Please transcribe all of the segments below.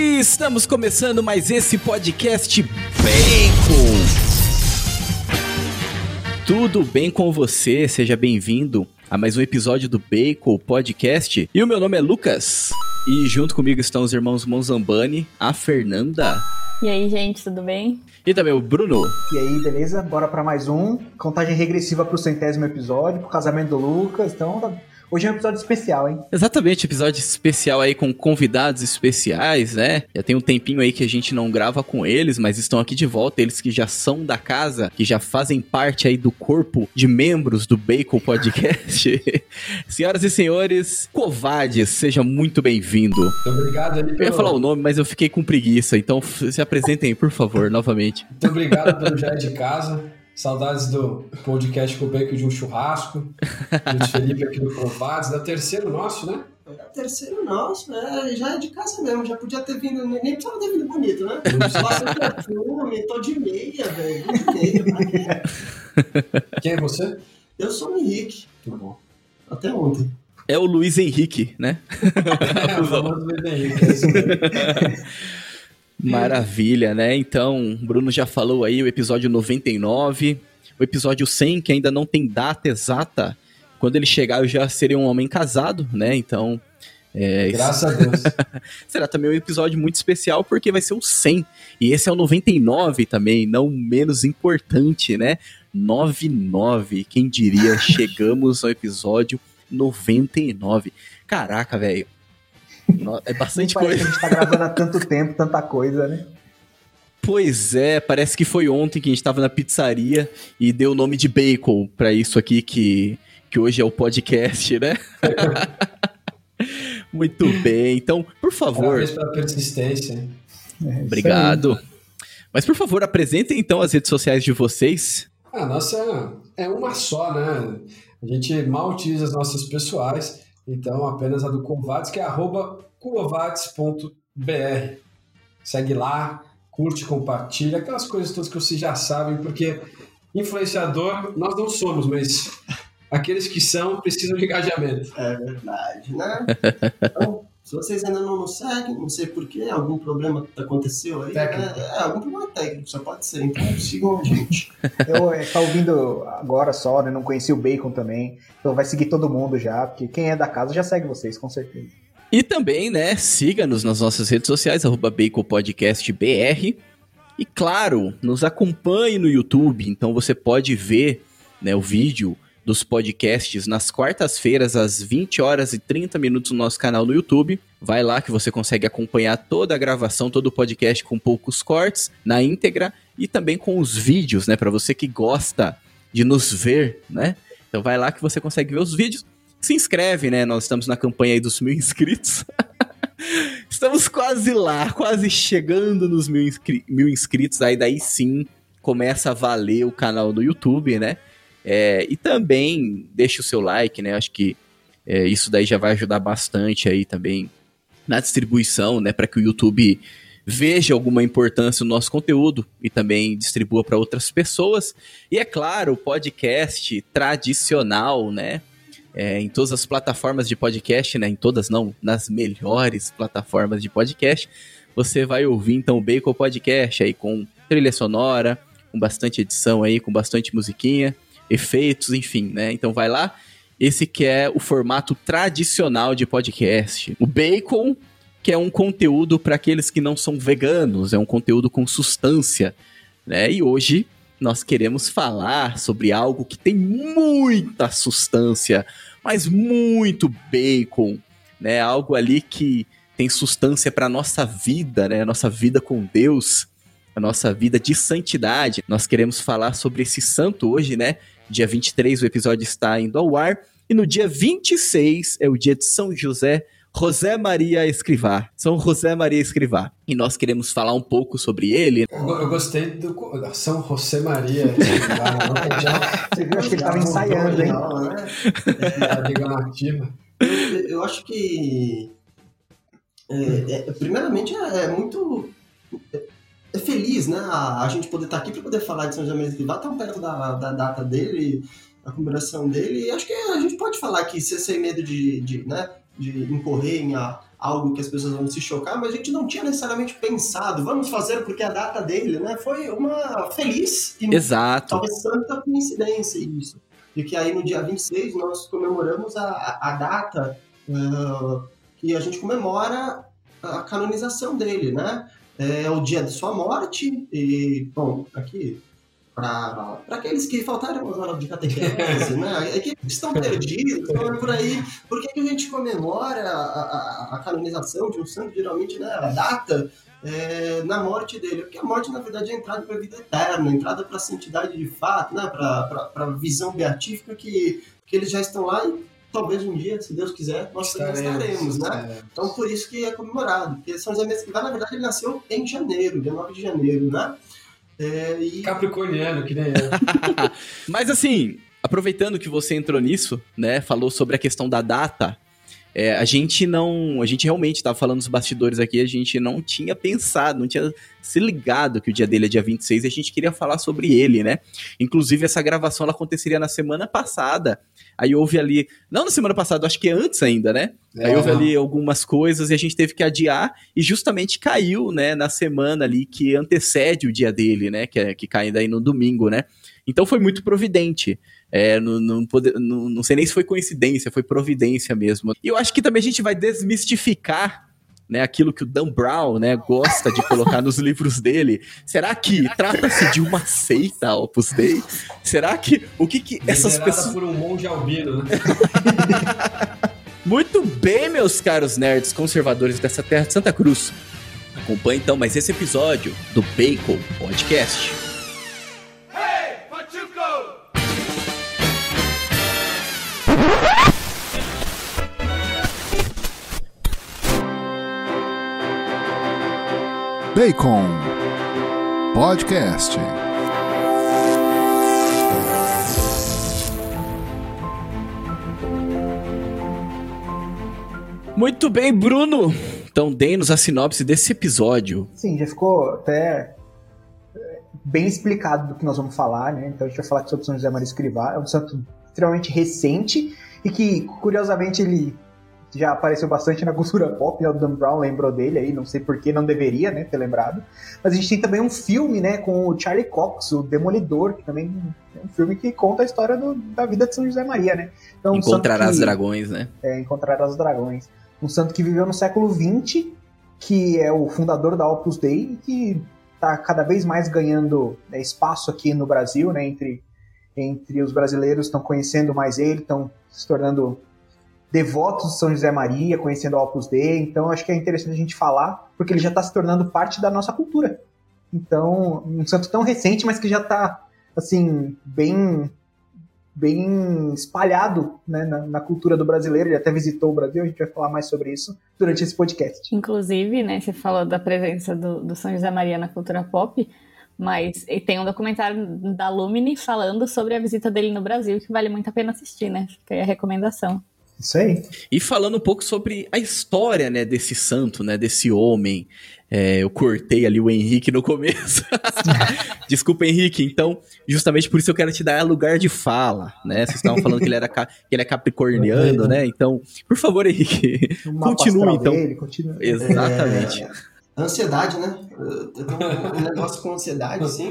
Estamos começando mais esse podcast Bacon. Tudo bem com você? Seja bem-vindo a mais um episódio do Bacon Podcast. E o meu nome é Lucas. E junto comigo estão os irmãos Monzambani, a Fernanda. E aí, gente, tudo bem? E também o Bruno. E aí, beleza? Bora pra mais um. Contagem regressiva pro 100º episódio, pro casamento do Lucas. Então, hoje é um episódio especial, hein? Exatamente, episódio especial aí com convidados especiais, né? Já tem um tempinho aí que a gente não grava com eles, mas estão aqui de volta. Eles que já são da casa, que já fazem parte aí do corpo de membros do Bacon Podcast. Senhoras e senhores, Covades, seja muito bem-vindo. Muito obrigado. Eu ia falar o nome, mas eu fiquei com preguiça, então se apresentem aí, por favor, novamente. Muito obrigado pelo Já é de Casa. Saudades do podcast com o Bacon de um churrasco. Do Felipe aqui do Covades. É o terceiro nosso, né? É o terceiro nosso, já é de casa mesmo. Já podia ter vindo, nem precisava ter vindo bonito, né? Só perfume, tô de meia, velho. De meia, pra quê? Quem é você? Eu sou o Henrique. Tudo bom. Até ontem. É o Luiz Henrique, né? É o famoso Luiz Henrique, é isso mesmo. Maravilha, né? Então, o Bruno já falou aí o episódio 99, o episódio 100, que ainda não tem data exata. Quando ele chegar, eu já serei um homem casado, né? Então... Graças a Deus. Será também um episódio muito especial, porque vai ser o 100. E esse é o 99 também, não menos importante, né? 99, quem diria, chegamos ao episódio 99. Caraca, velho. É bastante coisa. A gente tá gravando há tanto tempo, tanta coisa, né? Pois é, parece que foi ontem que a gente tava na pizzaria e deu o nome de Bacon pra isso aqui que hoje é o podcast, né? Muito bem, então, por favor... Parabéns pela persistência. Obrigado. Mas, por favor, apresentem então as redes sociais de vocês. A nossa é uma só, né? A gente mal utiliza as nossas pessoais, então apenas a do Covades, que é @covades.br. Segue lá, curte, compartilha, aquelas coisas todas que vocês já sabem, porque influenciador nós não somos, mas aqueles que são precisam de engajamento. É verdade, né? Então, se vocês ainda não nos seguem, não sei porquê, algum problema aconteceu aí, técnico. né? Algum problema técnico, só pode ser. Então sigam a gente. Eu tá ouvindo agora só, né? Não conheci o Bacon também. Então vai seguir todo mundo já, porque quem é da casa já segue vocês, com certeza. E também, né, siga-nos nas nossas redes sociais, @BaconPodcastBR. E claro, nos acompanhe no YouTube, então você pode ver, né, o vídeo dos podcasts nas quartas-feiras, às 20h30 no nosso canal no YouTube. Vai lá que você consegue acompanhar toda a gravação, todo o podcast com poucos cortes, na íntegra, e também com os vídeos, né, para você que gosta de nos ver, né? Então vai lá que você consegue ver os vídeos. Se inscreve, né? Nós estamos na campanha aí dos 1.000 inscritos. Estamos quase lá, quase chegando nos 1.000 inscritos. Aí daí sim começa a valer o canal do YouTube, né? E também deixa o seu like, né? Acho que isso daí já vai ajudar bastante aí também na distribuição, né? Para que o YouTube veja alguma importância no nosso conteúdo e também distribua para outras pessoas. E é claro, o podcast tradicional, né? Em todas as plataformas de podcast, né? Em todas não, nas melhores plataformas de podcast, você vai ouvir então o Bacon Podcast aí com trilha sonora, com bastante edição aí, com bastante musiquinha, efeitos, enfim, né? Então vai lá, esse que é o formato tradicional de podcast. O Bacon, que é um conteúdo para aqueles que não são veganos, é um conteúdo com substância, né? E hoje nós queremos falar sobre algo que tem muita substância, mas muito bacon, né? Algo ali que tem substância para a nossa vida, né? A nossa vida com Deus, a nossa vida de santidade. Nós queremos falar sobre esse santo hoje, né? Dia 23 o episódio está indo ao ar, e no dia 26 é o dia de São José Maria Escrivá, São José Maria Escrivá. E nós queremos falar um pouco sobre ele. Eu gostei do São José Maria. Você viu? Acho que ele estava ensaiando, hein? A língua nativa. Eu acho que, primeiramente, é muito... É feliz, né? A gente poder estar aqui para poder falar de São José Maria Escrivá, tão perto da data dele, a comemoração dele. E acho que a gente pode falar aqui sem medo de né? de incorrer em algo que as pessoas vão se chocar, mas a gente não tinha necessariamente pensado, vamos fazer porque é a data dele, né? Foi uma feliz e talvez santa coincidência isso. E que aí no dia 26 nós comemoramos a data que a gente comemora a canonização dele, né? É o dia de sua morte e, bom, aqui... Para aqueles que faltaram as aulas de catequese, né? Que estão perdidos, estão por aí. Por que a gente comemora a canonização de um santo, geralmente, né, a data na morte dele? Porque a morte, na verdade, é a entrada para a vida eterna, a entrada para a santidade de fato, né? Para a visão beatífica que eles já estão lá e talvez um dia, se Deus quiser, nós também estaremos, né? Então, por isso que é comemorado. Porque São José Maria Escrivá, na verdade, ele nasceu em janeiro, dia 9 de janeiro, né? Capricorniano, que nem eu. Mas assim, aproveitando que você entrou nisso, né, falou sobre a questão da data, a gente realmente estava falando nos bastidores aqui, a gente não tinha pensado, não tinha se ligado que o dia dele é dia 26 e a gente queria falar sobre ele, né? Inclusive essa gravação ela aconteceria na semana passada, aí houve ali, não na semana passada, acho que antes ainda, né? Aí houve ali algumas coisas e a gente teve que adiar e justamente caiu, né, na semana ali que antecede o dia dele, né, que cai daí no domingo, né? Então foi muito providente. Não sei nem se foi coincidência, foi providência mesmo. E eu acho que também a gente vai desmistificar, né, aquilo que o Dan Brown, né, gosta de colocar nos livros dele. Será que trata-se de uma seita, Opus Dei? Será que... O que essas pessoas... por um monge albino, né? Muito bem, meus caros nerds conservadores dessa terra de Santa Cruz. Acompanhe então mais esse episódio do Bacon Podcast. Bacon Podcast. Muito bem, Bruno. Então, dê-nos a sinopse desse episódio. Sim, já ficou até bem explicado do que nós vamos falar, né? Então a gente vai falar sobre São José Maria Escrivá. É um santo extremamente recente e que, curiosamente, ele já apareceu bastante na cultura pop, né? O Dan Brown lembrou dele aí, não sei porquê, não deveria, né, ter lembrado. Mas a gente tem também um filme, né, com o Charlie Cox, o Demolidor, que também é um filme que conta a história da vida de São José Maria, né? Então, Encontrarás dragões, né? Encontrarás dragões. Um santo que viveu no século XX, que é o fundador da Opus Dei, e que está cada vez mais ganhando espaço aqui no Brasil, né? Entre os brasileiros estão conhecendo mais ele, estão se tornando devotos de São José Maria, conhecendo a Opus Dei. Então acho que é interessante a gente falar, porque ele já está se tornando parte da nossa cultura. Então, um santo tão recente, mas que já está assim, bem espalhado, né, na cultura do brasileiro. Ele até visitou o Brasil, a gente vai falar mais sobre isso durante esse podcast. Inclusive, né, você falou da presença do São José Maria na cultura pop, mas tem um documentário da Lumini falando sobre a visita dele no Brasil, que vale muito a pena assistir, né? Fica aí a recomendação. Isso aí. E falando um pouco sobre a história, né, desse santo, né, desse homem. Eu cortei ali o Henrique no começo. Desculpa, Henrique. Então, justamente por isso eu quero te dar lugar de fala, né? Vocês estavam falando que ele é capricorniano, né? Então, por favor, Henrique, continue, então. Continua. Exatamente. Ansiedade, né? Eu tenho um negócio com ansiedade, sim,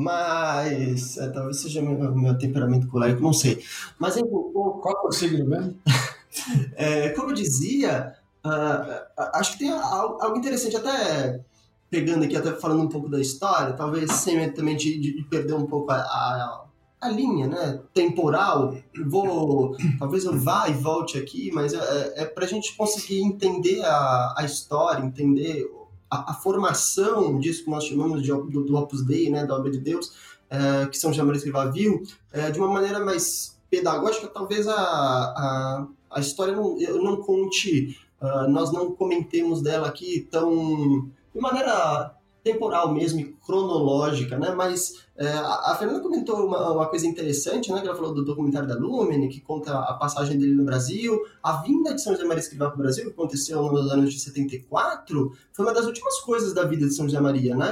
mas talvez seja meu temperamento colérico, não sei. Mas enfim, qual é o signo mesmo? Como eu dizia, acho que tem algo interessante, até pegando aqui, até falando um pouco da história, talvez sem medo também de perder um pouco a linha, né, temporal. Talvez eu vá e volte aqui, mas é pra gente conseguir entender a história, entender a formação disso que nós chamamos do Opus Dei, né, da obra de Deus, que São José Maria Escrivá viu, de uma maneira mais pedagógica. Talvez a história eu não conte, nós não comentemos dela aqui de maneira temporal mesmo e cronológica, né? Mas a Fernanda comentou uma coisa interessante, né? Que ela falou do documentário da Lumini, que conta a passagem dele no Brasil. A vinda de São José Maria Escrivá para o Brasil, que aconteceu nos anos de 74, foi uma das últimas coisas da vida de São José Maria, né?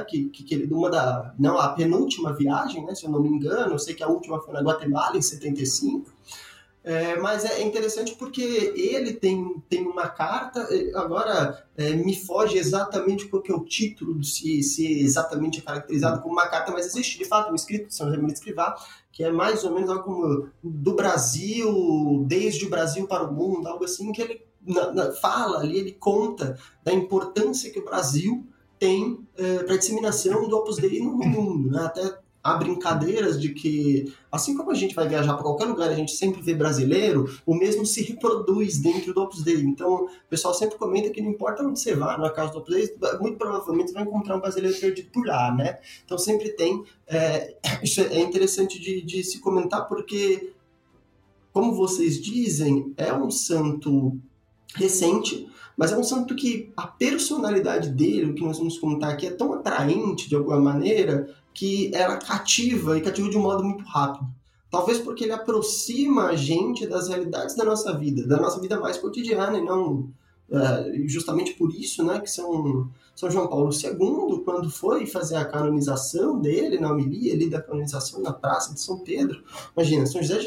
A penúltima viagem, né? Se eu não me engano, eu sei que a última foi na Guatemala, em 75. Mas é interessante porque ele tem uma carta, agora me foge exatamente qual que é o título, se exatamente é caracterizado como uma carta, mas existe de fato um escrito de São José Maria Escrivá, que é mais ou menos algo como do Brasil, desde o Brasil para o mundo, algo assim, que ele fala ali, ele conta da importância que o Brasil tem para a disseminação do Opus Dei no mundo, né? Até há brincadeiras de que, assim como a gente vai viajar para qualquer lugar, a gente sempre vê brasileiro, o mesmo se reproduz dentro do Opus Dei. Então, o pessoal sempre comenta que não importa onde você vá, na casa do Opus Dei, muito provavelmente você vai encontrar um brasileiro perdido por lá, né? Então, sempre tem. Isso é interessante de se comentar, porque, como vocês dizem, é um santo recente, mas é um santo que a personalidade dele, o que nós vamos contar aqui, é tão atraente de alguma maneira que ela cativa de um modo muito rápido. Talvez porque ele aproxima a gente das realidades da nossa vida mais cotidiana, e não justamente por isso, né, que São João Paulo II, quando foi fazer a canonização dele, na homilia ali da canonização na Praça de São Pedro, imagina,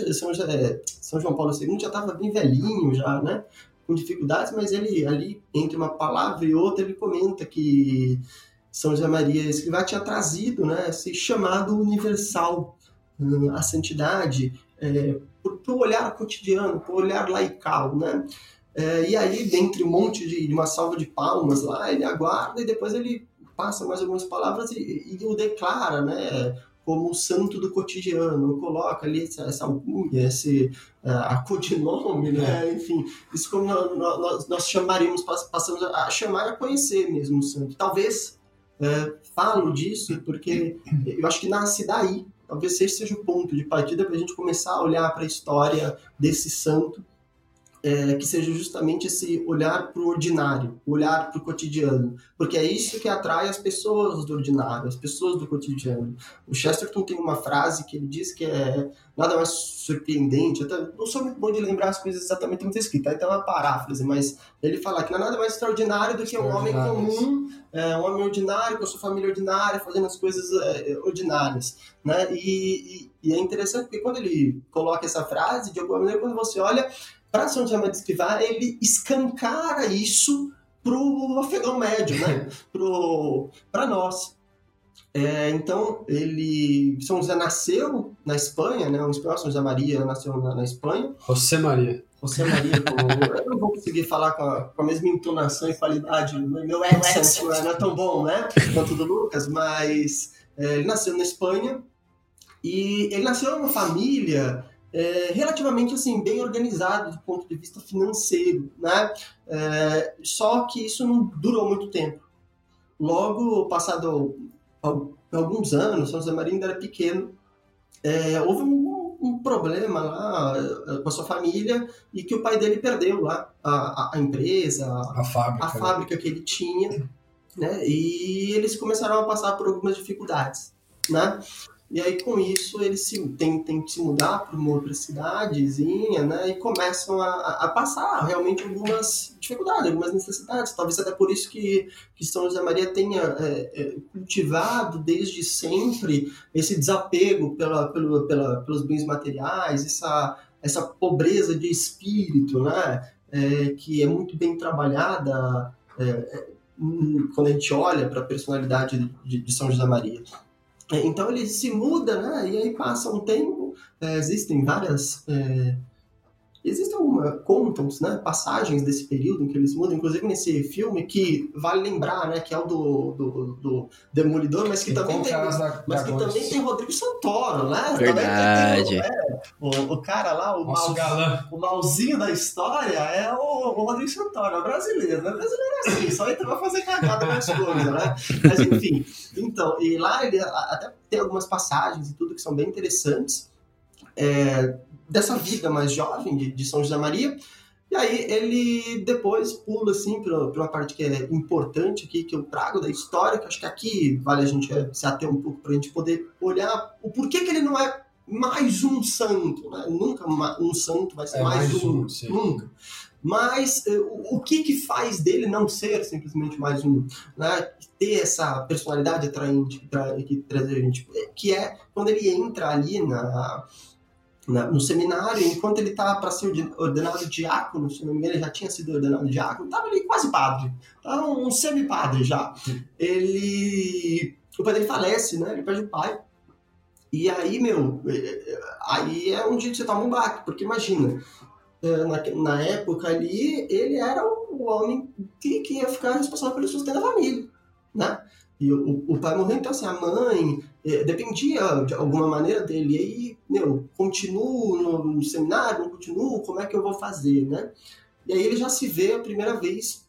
São João Paulo II já estava bem velhinho, já, né, com dificuldades, mas ele ali, entre uma palavra e outra, ele comenta que São José Maria Escrivá tinha trazido, né, esse chamado universal, a santidade, para o olhar cotidiano, para o olhar laical, né? E aí, dentre um monte de uma salva de palmas lá, ele aguarda e depois ele passa mais algumas palavras e o declara, né, como o santo do cotidiano, coloca ali essa alcunha, esse codinome, né? Enfim, isso como nós chamaríamos, passamos a chamar e a conhecer mesmo o santo. Talvez falo disso porque eu acho que nasce daí, talvez esse seja o ponto de partida para a gente começar a olhar para a história desse santo, que seja justamente esse olhar para o ordinário, olhar para o cotidiano, porque é isso que atrai as pessoas do ordinário, as pessoas do cotidiano. O Chesterton tem uma frase que ele diz que é nada mais surpreendente, até não sou muito bom de lembrar as coisas exatamente como está escrito, então é uma paráfrase, mas ele fala que não é nada mais extraordinário do que um homem comum, um homem ordinário, com a sua família ordinária, fazendo as coisas ordinárias, né? E é interessante porque quando ele coloca essa frase, de alguma maneira, quando você olha para São José Maria Escrivá, ele escancara isso para o afegão médio, né? Para nós. Então, São José nasceu na Espanha, né? O espanhol São José Maria nasceu na Espanha. José Maria, eu não vou conseguir falar com a mesma entonação e qualidade, meu accent não é tão bom, né? Quanto do Lucas, mas ele nasceu na Espanha e ele nasceu numa família relativamente assim, bem organizado do ponto de vista financeiro, né? Só que isso não durou muito tempo. Logo, passado alguns anos, São José Maria ainda era pequeno, houve um problema lá com a sua família e que o pai dele perdeu lá a empresa, a fábrica que ele tinha, né? E eles começaram a passar por algumas dificuldades, né? E aí, com isso, eles têm que se mudar para uma outra cidadezinha, né? E começam a passar realmente algumas dificuldades, algumas necessidades. Talvez até por isso que São José Maria tenha cultivado desde sempre esse desapego pelos bens materiais, essa pobreza de espírito, né? Que é muito bem trabalhada quando a gente olha para a personalidade de São José Maria. Então ele se muda, né? E aí passa um tempo, existem contam-se, né, passagens desse período em que eles mudam, inclusive nesse filme que vale lembrar, né, que é o do Demolidor, mas que também tem Rodrigo Santoro, né? Verdade. O cara lá, o malzinho da história é o Rodrigo Santoro, é o brasileiro, né? O brasileiro é assim, só entra pra fazer cagada nas coisas, né? Mas enfim, então, e lá ele até tem algumas passagens e tudo que são bem interessantes, dessa vida mais jovem de São José Maria, e aí ele depois pula assim para uma parte que é importante aqui, que eu trago da história, que acho que aqui vale a gente se ater um pouco para a gente poder olhar o porquê que ele não é mais um santo, né? Nunca um santo vai ser mais um, nunca. Mas o que faz dele não ser simplesmente mais um, né? Ter essa personalidade atraente que traz a gente, que é quando ele entra ali no seminário, enquanto ele estava para ser ordenado diácono, se não me engano, ele já tinha sido ordenado diácono, estava ali quase padre, estava um semi-padre já. O pai dele falece, né? Ele perde o pai. E aí, aí é onde você toma um baque, porque imagina, na época ali, ele era o homem que ia ficar responsável pelo sustento da família, né? E o pai morreu, então assim, a mãe dependia de alguma maneira dele. E aí, continuo no seminário, não continuo, como é que eu vou fazer, né? E aí ele já se vê a primeira vez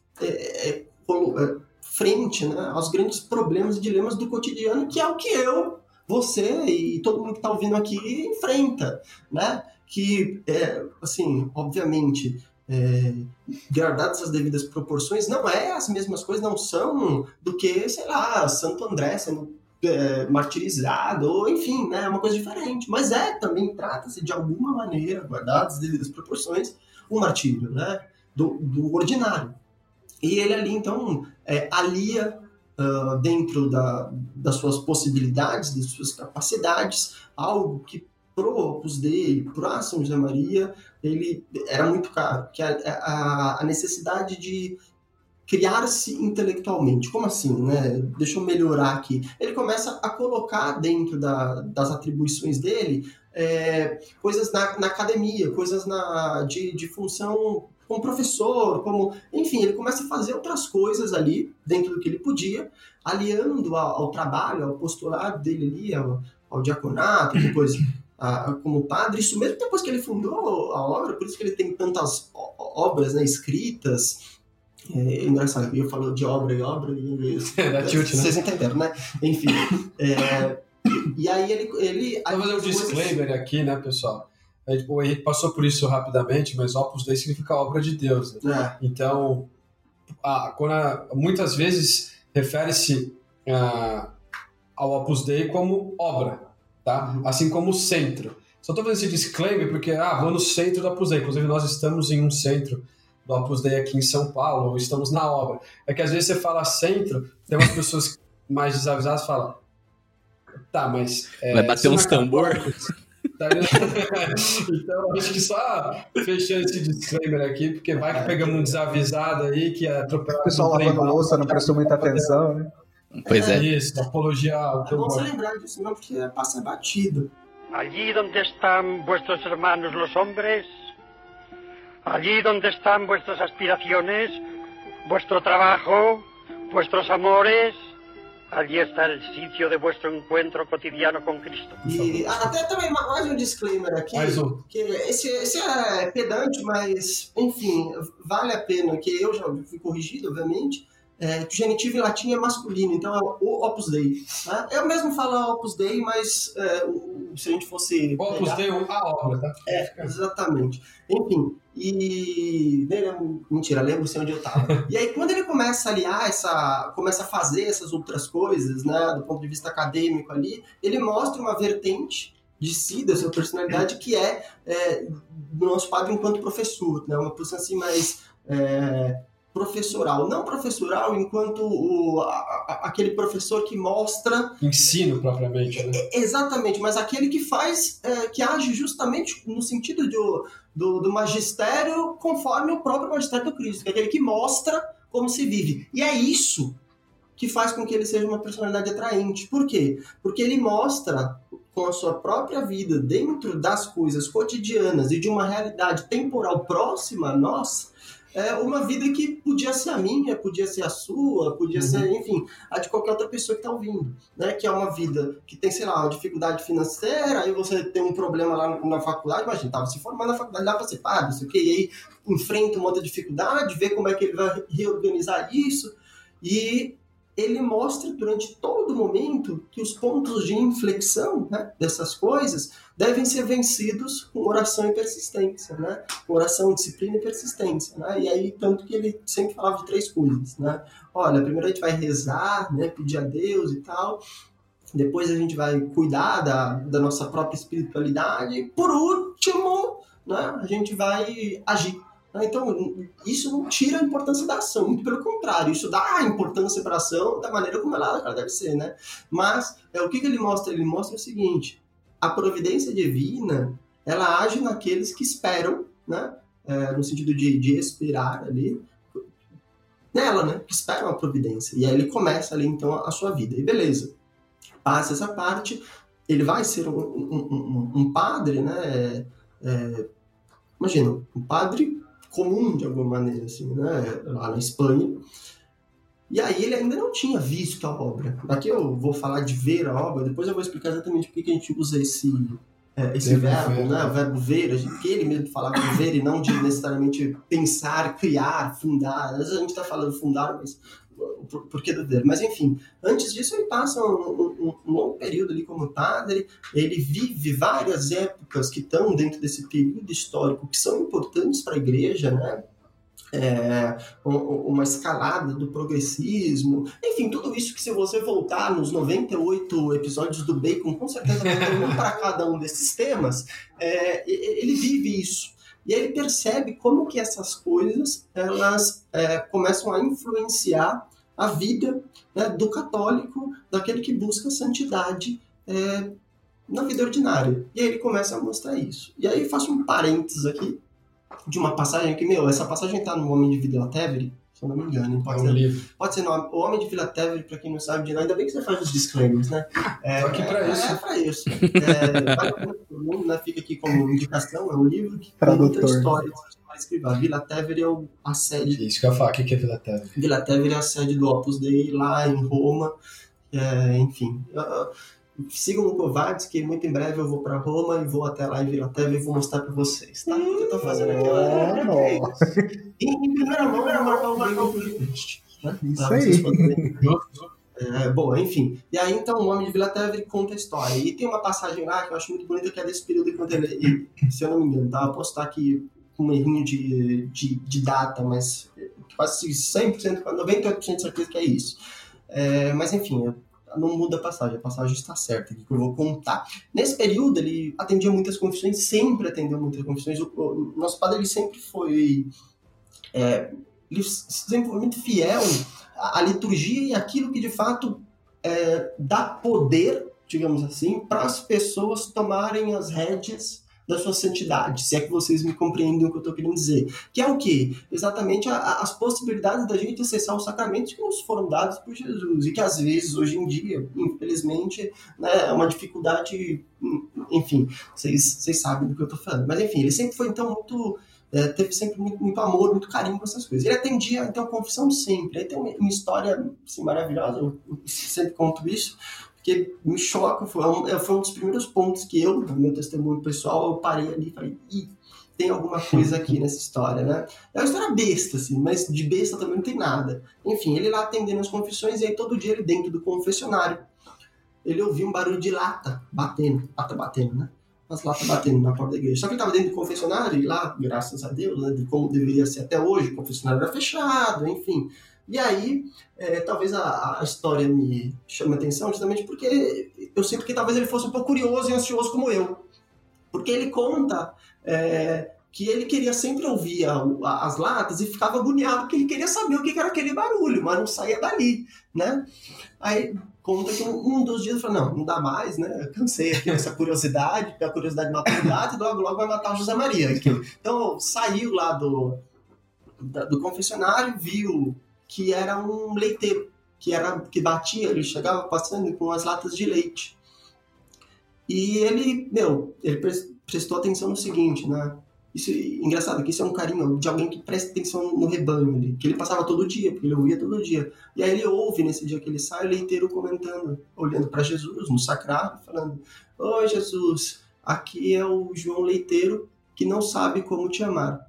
frente, né, aos grandes problemas e dilemas do cotidiano, que é o que você e todo mundo que está ouvindo aqui enfrenta, né? Que, assim, obviamente, guardadas as devidas proporções, não é as mesmas coisas, não são do que, sei lá, Santo André sendo martirizado, ou enfim, né, é uma coisa diferente, mas também trata-se de alguma maneira, guardadas as devidas proporções, o martírio, né, do ordinário. E ele ali, então, alia dentro das suas possibilidades, das suas capacidades, algo que pro Opus Dei, para São José Maria, ele era muito caro, que a necessidade de criar-se intelectualmente. Como assim, né? Deixa eu melhorar aqui. Ele começa a colocar dentro das atribuições dele coisas na academia, coisas de função como professor, enfim, ele começa a fazer outras coisas ali, dentro do que ele podia, aliando ao trabalho, ao postulado dele ali, ao diaconato, depois como padre, isso mesmo depois que ele fundou a obra, por isso que ele tem tantas obras, né, escritas. É engraçado, eu falo de obra e vocês entenderam, né? Enfim. E aí ele vou fazer um disclaimer aqui, né, pessoal? O Henrique passou por isso rapidamente, mas Opus Dei significa obra de Deus, né? Então, muitas vezes refere-se ao Opus Dei como obra, tá? Assim como centro. Só estou fazendo esse disclaimer porque, vou no centro do Opus Dei. Inclusive, nós estamos em um centro do Opus Dei aqui em São Paulo, ou estamos na obra. É que às vezes você fala centro, tem umas pessoas mais desavisadas que falam, tá, mas... vai bater uns tambor? Então, acho que só fechando esse disclaimer aqui, porque vai que pegamos um desavisado aí que atropelou. O pessoal lavando louça não prestou muita atenção, né? Pois é. Isso, apologia ao teu bom você lembrar disso, não, porque passa batido. Allí donde están vuestros hermanos los hombres, allí donde están vuestras aspiraciones, vuestro trabajo, vuestros amores, allí está el sitio de vuestro encuentro cotidiano com Cristo. E até também mais um disclaimer aqui, que esse é pedante, mas, enfim, vale a pena, que eu já fui corrigido, obviamente, que o genitivo em latim é masculino, então é o Opus Dei. Né? Eu mesmo falo Opus Dei, mas se a gente fosse... O Opus Dei, a obra, tá? Exatamente. Enfim, mentira, lembro-se onde eu estava. E aí, quando ele começa a aliar, começa a fazer essas outras coisas, né, do ponto de vista acadêmico ali, ele mostra uma vertente de si, da sua personalidade, que do nosso padre enquanto professor, né, uma posição assim mais... professoral, não professoral enquanto aquele professor que mostra... Ensino propriamente, né? Exatamente, mas aquele que faz, que age justamente no sentido do magistério conforme o próprio magistério do Cristo, que é aquele que mostra como se vive. E é isso que faz com que ele seja uma personalidade atraente. Por quê? Porque ele mostra com a sua própria vida, dentro das coisas cotidianas e de uma realidade temporal próxima a nós, uma vida que podia ser a minha, podia ser a sua, podia ser, enfim, a de qualquer outra pessoa que está ouvindo, né? Que é uma vida que tem, sei lá, uma dificuldade financeira, aí você tem um problema lá na faculdade, imagina, estava se formando na faculdade lá para ser padre, não sei o quê, e aí enfrenta uma outra dificuldade, vê como é que ele vai reorganizar isso, e ele mostra durante todo o momento que os pontos de inflexão, né, dessas coisas devem ser vencidos com oração e persistência, né? Com oração, disciplina e persistência, né? E aí, tanto que ele sempre falava de 3 coisas, né? Olha, primeiro a gente vai rezar, né, pedir a Deus e tal, depois a gente vai cuidar da nossa própria espiritualidade, e por último, né, a gente vai agir. Então, isso não tira a importância da ação, muito pelo contrário, isso dá a importância para a ação da maneira como ela deve ser, né? Mas, o que ele mostra? Ele mostra o seguinte: a providência divina, ela age naqueles que esperam, né? No sentido de esperar ali, nela, né? Que esperam a providência. E aí ele começa ali, então, a sua vida. E beleza. Passa essa parte, ele vai ser um padre, né? Imagina, um padre comum, de alguma maneira, assim, né? Lá na Espanha. E aí ele ainda não tinha visto a obra. Aqui eu vou falar de ver a obra, depois eu vou explicar exatamente por que a gente usa esse verbo, né? O verbo ver, porque ele mesmo falava de ver e não de necessariamente pensar, criar, fundar. Às vezes a gente está falando fundar, mas por que do ver? Mas enfim, antes disso ele passa um longo período ali como padre, ele vive várias épocas que estão dentro desse período histórico que são importantes para a igreja, né? Uma escalada do progressismo, enfim, tudo isso que se você voltar nos 98 episódios do Bacon, com certeza vai ter um para cada um desses temas, ele vive isso. E aí ele percebe como que essas coisas elas começam a influenciar a vida, né, do católico, daquele que busca santidade na vida ordinária. E aí ele começa a mostrar isso. E aí eu faço um parênteses aqui, de uma passagem que, essa passagem está no Homem de Vila Tevere, se eu não me engano. Pode ser no O Homem de Vila Tevere, para quem não sabe de nada. Ainda bem que você faz os disclaimers, né? Tô aqui para isso. É para isso. Vale para todo mundo, né? Fica aqui como indicação, é um livro que tem muita história para escrever. Vila Tevere é a sede... Isso que eu ia falar, o que é Vila Tevere? Vila Tevere é a sede do Opus Dei, lá em Roma. Enfim... Sigam o Covades, que muito em breve eu vou para Roma e vou até lá em Vila Tevere e vou mostrar para vocês, tá? O que eu tô fazendo aqui? Em primeira mão, eu vou marcar o Bacon podcast, né? Isso aí. Bom, enfim. E aí, então, o Homem de Vila Tevere conta a história. E tem uma passagem lá que eu acho muito bonita, que é desse período enquanto ele, se eu não me engano, tá? Eu posso estar aqui com um errinho de data, mas quase 100%, 98% de certeza que é isso. Mas, enfim, não muda a passagem está certa aqui, que eu vou contar. Nesse período, ele atendia muitas confissões, sempre atendeu muitas confissões. O nosso padre, ele sempre foi muito fiel à liturgia e aquilo que, de fato, dá poder, digamos assim, para as pessoas tomarem as rédeas da sua santidade, se é que vocês me compreendem o que eu estou querendo dizer. Que é o quê? Exatamente as possibilidades da gente acessar os sacramentos que nos foram dados por Jesus, e que às vezes, hoje em dia, infelizmente, né, é uma dificuldade, enfim, vocês sabem do que eu estou falando. Mas enfim, ele sempre foi, então, muito... teve sempre muito amor, muito carinho com essas coisas. Ele atendia, então, a confissão sempre. Aí tem uma história assim, maravilhosa, eu sempre conto isso, porque me choca, foi um dos primeiros pontos que eu, no meu testemunho pessoal, eu parei ali e falei, tem alguma coisa aqui nessa história, né? É uma história besta, assim, mas de besta também não tem nada. Enfim, ele lá atendendo as confissões, e aí todo dia ele dentro do confessionário, ele ouvia um barulho de lata batendo, né? As latas batendo na porta da igreja. Só que ele estava dentro do confessionário, e lá, graças a Deus, né, de como deveria ser até hoje, o confessionário era fechado, enfim... E aí, talvez a história me chame a atenção justamente porque eu sinto que talvez ele fosse um pouco curioso e ansioso como eu. Porque ele conta que ele queria sempre ouvir as latas e ficava agoniado porque ele queria saber o que era aquele barulho, mas não saía dali, né? Aí conta que um dos dias ele falou, não dá mais, né? Eu cansei aqui dessa curiosidade, porque a curiosidade mata o gato e logo vai matar o José Maria. Então saiu lá do confessionário, viu que era um leiteiro, que batia, ele chegava passando com as latas de leite. E ele prestou atenção no seguinte, né? Isso, engraçado, que isso é um carinho de alguém que presta atenção no rebanho ali, que ele passava todo dia, porque ele ouvia todo dia. E aí ele ouve, nesse dia que ele sai, o leiteiro comentando, olhando para Jesus no sacrário, falando, ô Jesus, aqui é o João Leiteiro que não sabe como te amar.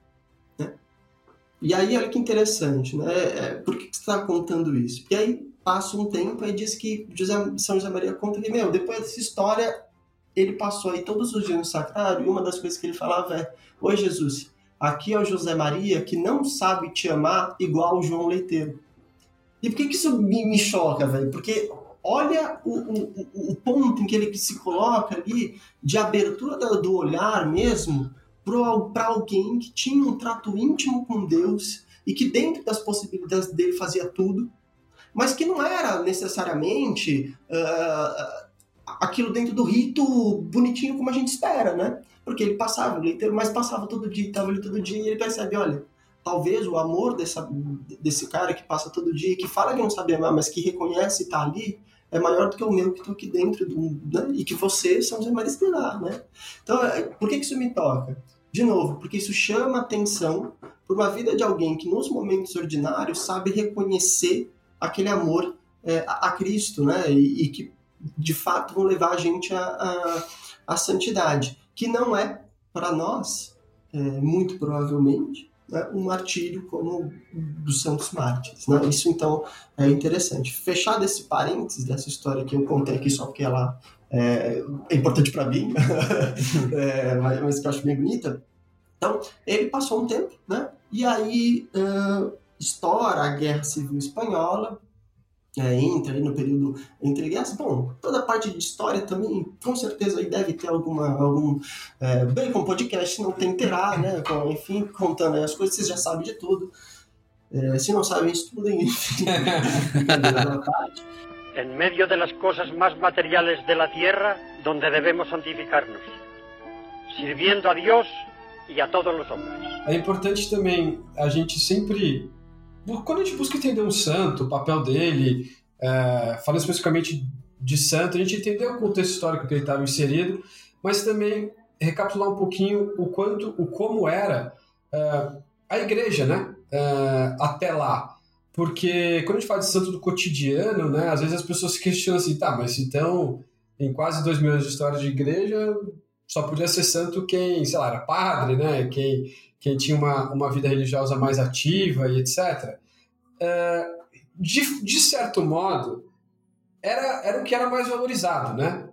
E aí, olha que interessante, né? Por que você está contando isso? Porque aí passa um tempo e diz que São José Maria conta que, depois dessa história, ele passou aí todos os dias no sacrário e uma das coisas que ele falava é, oi Jesus, aqui é o José Maria que não sabe te amar igual o João Leiteiro. E por que isso me choca, velho? Porque olha o ponto em que ele se coloca ali de abertura do olhar mesmo, para alguém que tinha um trato íntimo com Deus e que dentro das possibilidades dele fazia tudo, mas que não era necessariamente aquilo dentro do rito bonitinho como a gente espera, né? porque ele passava o dia inteiro, mas passava todo dia, estava ali todo dia, e ele percebe, olha, talvez o amor desse cara que passa todo dia, que fala que não sabe amar, mas que reconhece e está ali, é maior do que o meu que estou aqui dentro, né? E que você, São José Maria Escrivá, né? Então, por que isso me toca? De novo, porque isso chama atenção por uma vida de alguém que nos momentos ordinários sabe reconhecer aquele amor a Cristo, né? E que de fato vão levar a gente à santidade, que não é para nós, muito provavelmente, né, um martírio como dos santos mártires, né? Isso então é interessante. Fechado esse parênteses dessa história que eu contei aqui só porque ela é importante para mim, mas que eu acho bem bonita. Então, ele passou um tempo, né? E aí estoura a Guerra Civil Espanhola, entra aí no período entre guerras. Bom, toda a parte de história também, com certeza aí deve ter algum bem como podcast, não tem, terá, né? Enfim, contando aí as coisas, vocês já sabem de tudo. Se não sabem, estudem. En medio de las cosas más materiales de la tierra, donde debemos santificarnos, sirviendo a Dios e a todos os homens. É importante também a gente sempre, quando a gente busca entender um santo, o papel dele, falando especificamente de santo, a gente entender o contexto histórico que ele estava inserido, mas também recapitular um pouquinho como era a igreja, né? Até lá. Porque quando a gente fala de santo do cotidiano, né, às vezes as pessoas se questionam assim, tá, mas então, em quase 2000 anos de história de igreja, só podia ser santo quem, sei lá, era padre, né, quem tinha uma vida religiosa mais ativa e etc. De certo modo, era o que era mais valorizado, né?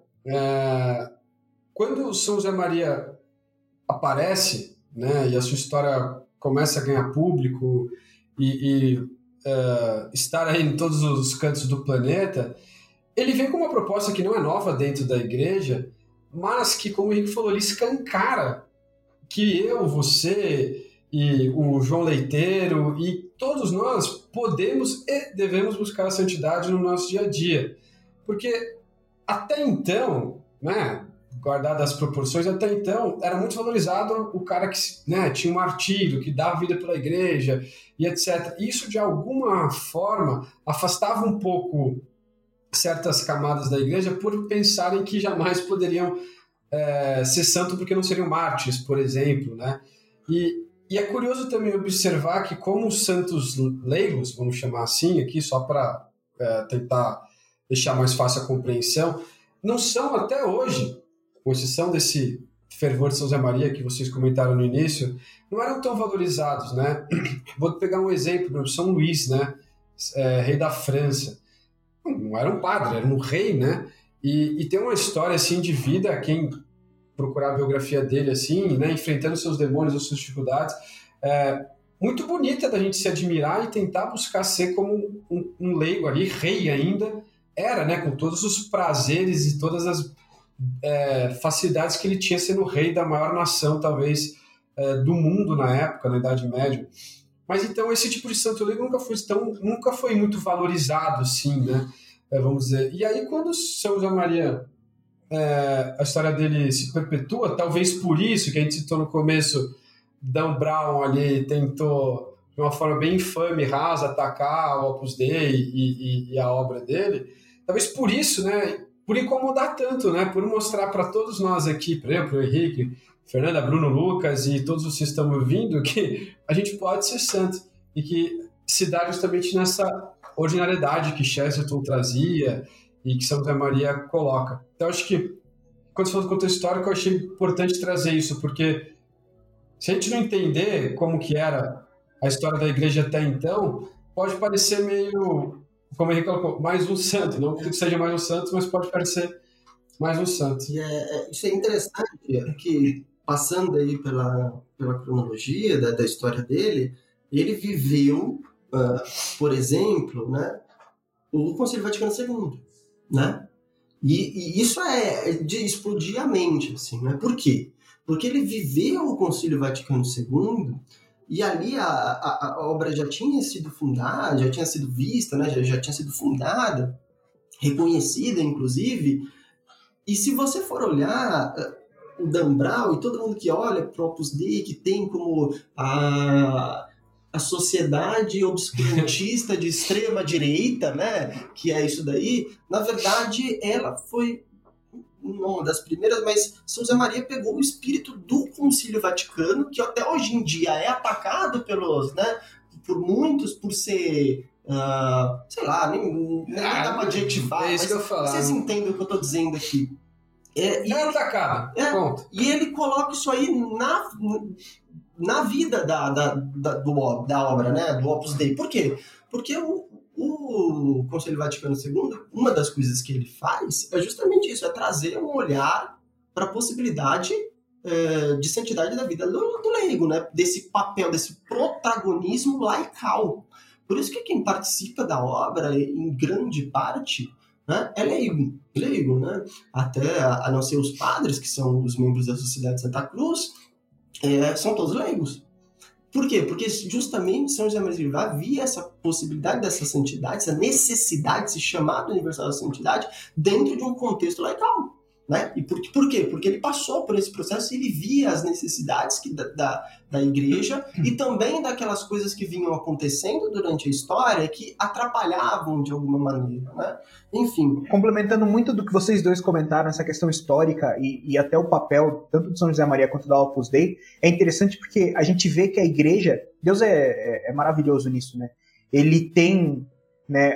Quando São José Maria aparece, né, e a sua história começa a ganhar público e estar aí em todos os cantos do planeta, ele vem com uma proposta que não é nova dentro da igreja, mas que, como o Henrique falou, ele escancara que eu, você e o João Leiteiro e todos nós podemos e devemos buscar a santidade no nosso dia a dia. Porque até então, né, guardado as proporções, até então era muito valorizado o cara que, né, tinha um martírio, que dava vida pela igreja e etc. Isso, de alguma forma, afastava um pouco certas camadas da igreja por pensarem que jamais poderiam ser santo porque não seriam mártires, por exemplo, né? E é curioso também observar que, como os santos leigos, vamos chamar assim aqui, só para tentar deixar mais fácil a compreensão, não são até hoje, com exceção desse fervor de São José Maria que vocês comentaram no início, não eram tão valorizados, né? Vou pegar um exemplo, por exemplo, São Luís, né? Rei da França. Não era um padre, era um rei, né? E tem uma história assim de vida, quem procurar a biografia dele assim, né, enfrentando seus demônios, as suas dificuldades, muito bonita da gente se admirar e tentar buscar ser como um leigo ali, rei ainda, era, né, com todos os prazeres e todas as facilidades que ele tinha sendo rei da maior nação, talvez, do mundo na época, na Idade Média. Mas então esse tipo de santo leigo nunca foi muito valorizado, assim, né? Vamos dizer. E aí quando São José Maria, a história dele se perpetua, talvez por isso que a gente citou no começo, Dan Brown ali tentou, de uma forma bem infame, rasa, atacar o Opus Dei e a obra dele, talvez por isso, né? Por incomodar tanto, né? Por mostrar para todos nós aqui, por exemplo, o Henrique, Fernanda, Bruno, Lucas e todos vocês que estão me ouvindo, que a gente pode ser santo e que se dá justamente nessa ordinariedade que Chesterton trazia e que São José Maria coloca. Então, acho que, quando você falou do contexto histórico, eu achei importante trazer isso, porque se a gente não entender como que era a história da igreja até então, pode parecer meio, como o Henrique colocou, mais um santo. Não que seja mais um santo, mas pode parecer mais um santo. Isso é interessante, que passando aí pela cronologia da história dele, ele viveu, por exemplo, né, o Concílio Vaticano II, né? E isso é de explodir a mente, assim, né? Por quê? Porque ele viveu o Concílio Vaticano II e ali a obra já tinha sido fundada, já tinha sido vista, né? Já tinha sido fundada, reconhecida, inclusive. E se você for olhar, o Dan Brown e todo mundo que olha para o Opus Dei, que tem como a sociedade obscurantista de extrema direita, né, que é isso daí, na verdade ela foi uma das primeiras, mas São José Maria pegou o espírito do Concílio Vaticano, que até hoje em dia é atacado por muitos por ser, sei lá, nem dá para adjetivar, é isso que eu falo. Vocês entendem o que eu estou dizendo aqui. Atacado. Ponto. E ele coloca isso aí na vida da obra, né, do Opus Dei. Por quê? Porque o Conselho Vaticano II, uma das coisas que ele faz é justamente isso, é trazer um olhar para a possibilidade de santidade da vida do leigo, né, desse papel, desse protagonismo laical. Por isso que quem participa da obra, em grande parte, né, é leigo, né? Até a não ser os padres, que são os membros da Sociedade de Santa Cruz, são todos leigos. Por quê? Porque justamente São José Maria Escrivá via essa possibilidade dessa santidade, essa necessidade, esse chamado universal da santidade, dentro de um contexto laical. Né? E por quê? Porque ele passou por esse processo e ele via as necessidades da igreja e também daquelas coisas que vinham acontecendo durante a história que atrapalhavam de alguma maneira. Né? Enfim. Complementando muito do que vocês dois comentaram, essa questão histórica e até o papel tanto de São José Maria quanto da Opus Dei, é interessante porque a gente vê que a igreja, Deus é maravilhoso nisso, né? Ele tem, né,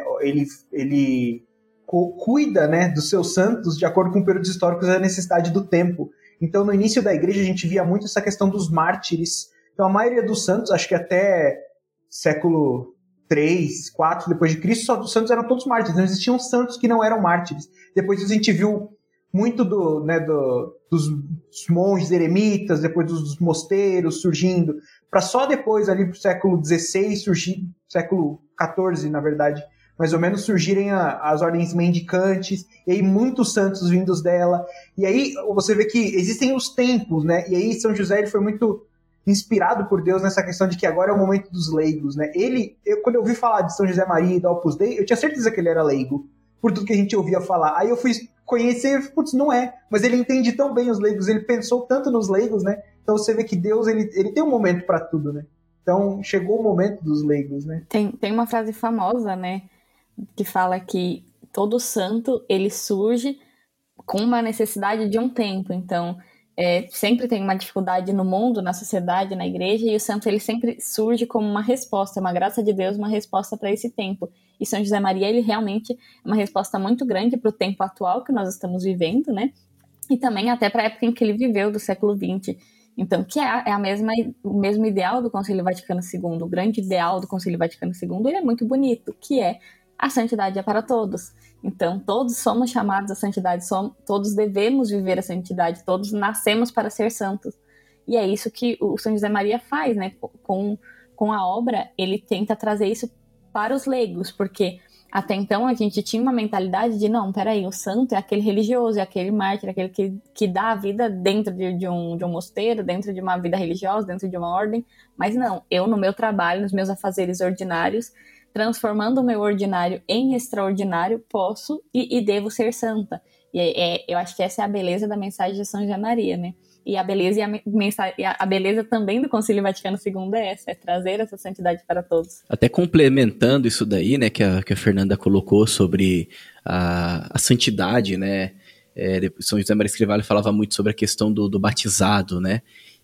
ele cuida, né, dos seus santos de acordo com períodos históricos e a necessidade do tempo. Então, no início da igreja, a gente via muito essa questão dos mártires. Então, a maioria dos santos, acho que até século 3, 4 depois de Cristo, só os santos eram todos mártires. Não existiam santos que não eram mártires. Depois a gente viu muito dos monges eremitas, depois dos mosteiros surgindo, para só depois, ali pro século XVI, surgir, século XIV, na verdade, mais ou menos, surgirem as ordens mendicantes, e aí muitos santos vindos dela, e aí você vê que existem os tempos, né, e aí São José ele foi muito inspirado por Deus nessa questão de que agora é o momento dos leigos, né, quando eu ouvi falar de São José Maria e da Opus Dei, eu tinha certeza que ele era leigo, por tudo que a gente ouvia falar, aí eu fui conhecer e putz, não é, mas ele entende tão bem os leigos, ele pensou tanto nos leigos, né, então você vê que Deus, ele tem um momento para tudo, né, então chegou o momento dos leigos, né. Tem uma frase famosa, né, que fala que todo santo, ele surge com uma necessidade de um tempo. Então, sempre tem uma dificuldade no mundo, na sociedade, na igreja, e o santo, ele sempre surge como uma resposta, uma graça de Deus, uma resposta para esse tempo. E São José Maria, ele realmente é uma resposta muito grande para o tempo atual que nós estamos vivendo, né? E também até para a época em que ele viveu, do século XX. Então, que o mesmo ideal do Concílio Vaticano II, o grande ideal do Concílio Vaticano II, ele é muito bonito, que é a santidade é para todos. Então, todos somos chamados à santidade, todos devemos viver a santidade, todos nascemos para ser santos. E é isso que o São José Maria faz, né? Com a obra, ele tenta trazer isso para os leigos, porque até então a gente tinha uma mentalidade de, não, peraí, o santo é aquele religioso, é aquele mártir, é aquele que dá a vida dentro de um mosteiro, dentro de uma vida religiosa, dentro de uma ordem, mas não, eu no meu trabalho, nos meus afazeres ordinários, transformando o meu ordinário em extraordinário, posso e devo ser santa. E eu acho que essa é a beleza da mensagem de São José Maria, né? E a beleza, a beleza também do Concílio Vaticano II é essa, é trazer essa santidade para todos. Até complementando isso daí, né, que a Fernanda colocou sobre a santidade, né? São José Maria Escrivá falava muito sobre a questão do batizado, né?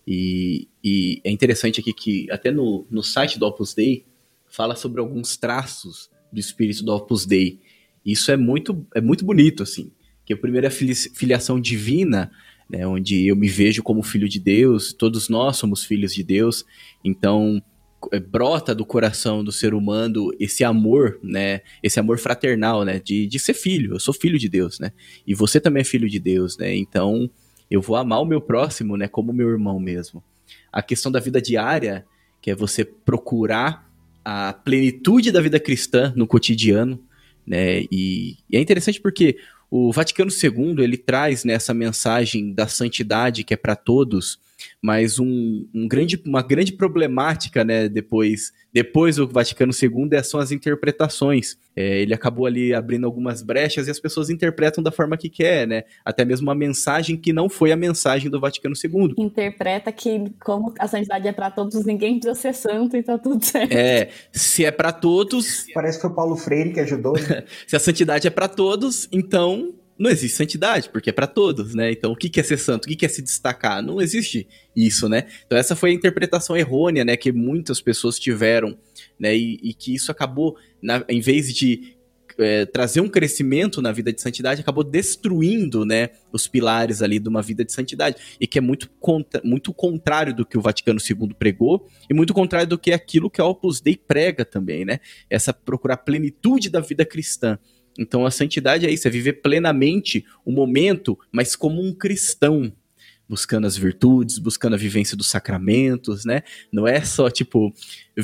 E é interessante aqui que até no site do Opus Dei fala sobre alguns traços do espírito do Opus Dei. Isso é muito bonito, assim. Que a primeira filiação divina, né, onde eu me vejo como filho de Deus, todos nós somos filhos de Deus, então brota do coração do ser humano esse amor, né, esse amor fraternal, né, de ser filho. Eu sou filho de Deus, né, e você também é filho de Deus, né, então eu vou amar o meu próximo, né, como meu irmão mesmo. A questão da vida diária, que é você procurar a plenitude da vida cristã no cotidiano, né, e é interessante porque o Vaticano II, ele traz, né, essa mensagem da santidade que é para todos, Mas uma grande problemática, né, depois do Vaticano II são as interpretações. Ele acabou ali abrindo algumas brechas e as pessoas interpretam da forma que quer, né? Até mesmo uma mensagem que não foi a mensagem do Vaticano II. Interpreta que como a santidade é para todos, ninguém precisa ser santo e tá tudo certo. Se é para todos... Parece que foi o Paulo Freire que ajudou. Né? Se a santidade é para todos, então... não existe santidade, porque é para todos, né? Então, o que é ser santo? O que é se destacar? Não existe isso, né? Então, essa foi a interpretação errônea, né? Que muitas pessoas tiveram, né? E que isso acabou, em vez de trazer um crescimento na vida de santidade, acabou destruindo, né? Os pilares ali de uma vida de santidade. E que é muito contrário do que o Vaticano II pregou e muito contrário do que aquilo que a Opus Dei prega também, né? Essa procurar plenitude da vida cristã. Então a santidade é isso, é viver plenamente o momento, mas como um cristão, buscando as virtudes, buscando a vivência dos sacramentos, né? Não é só tipo,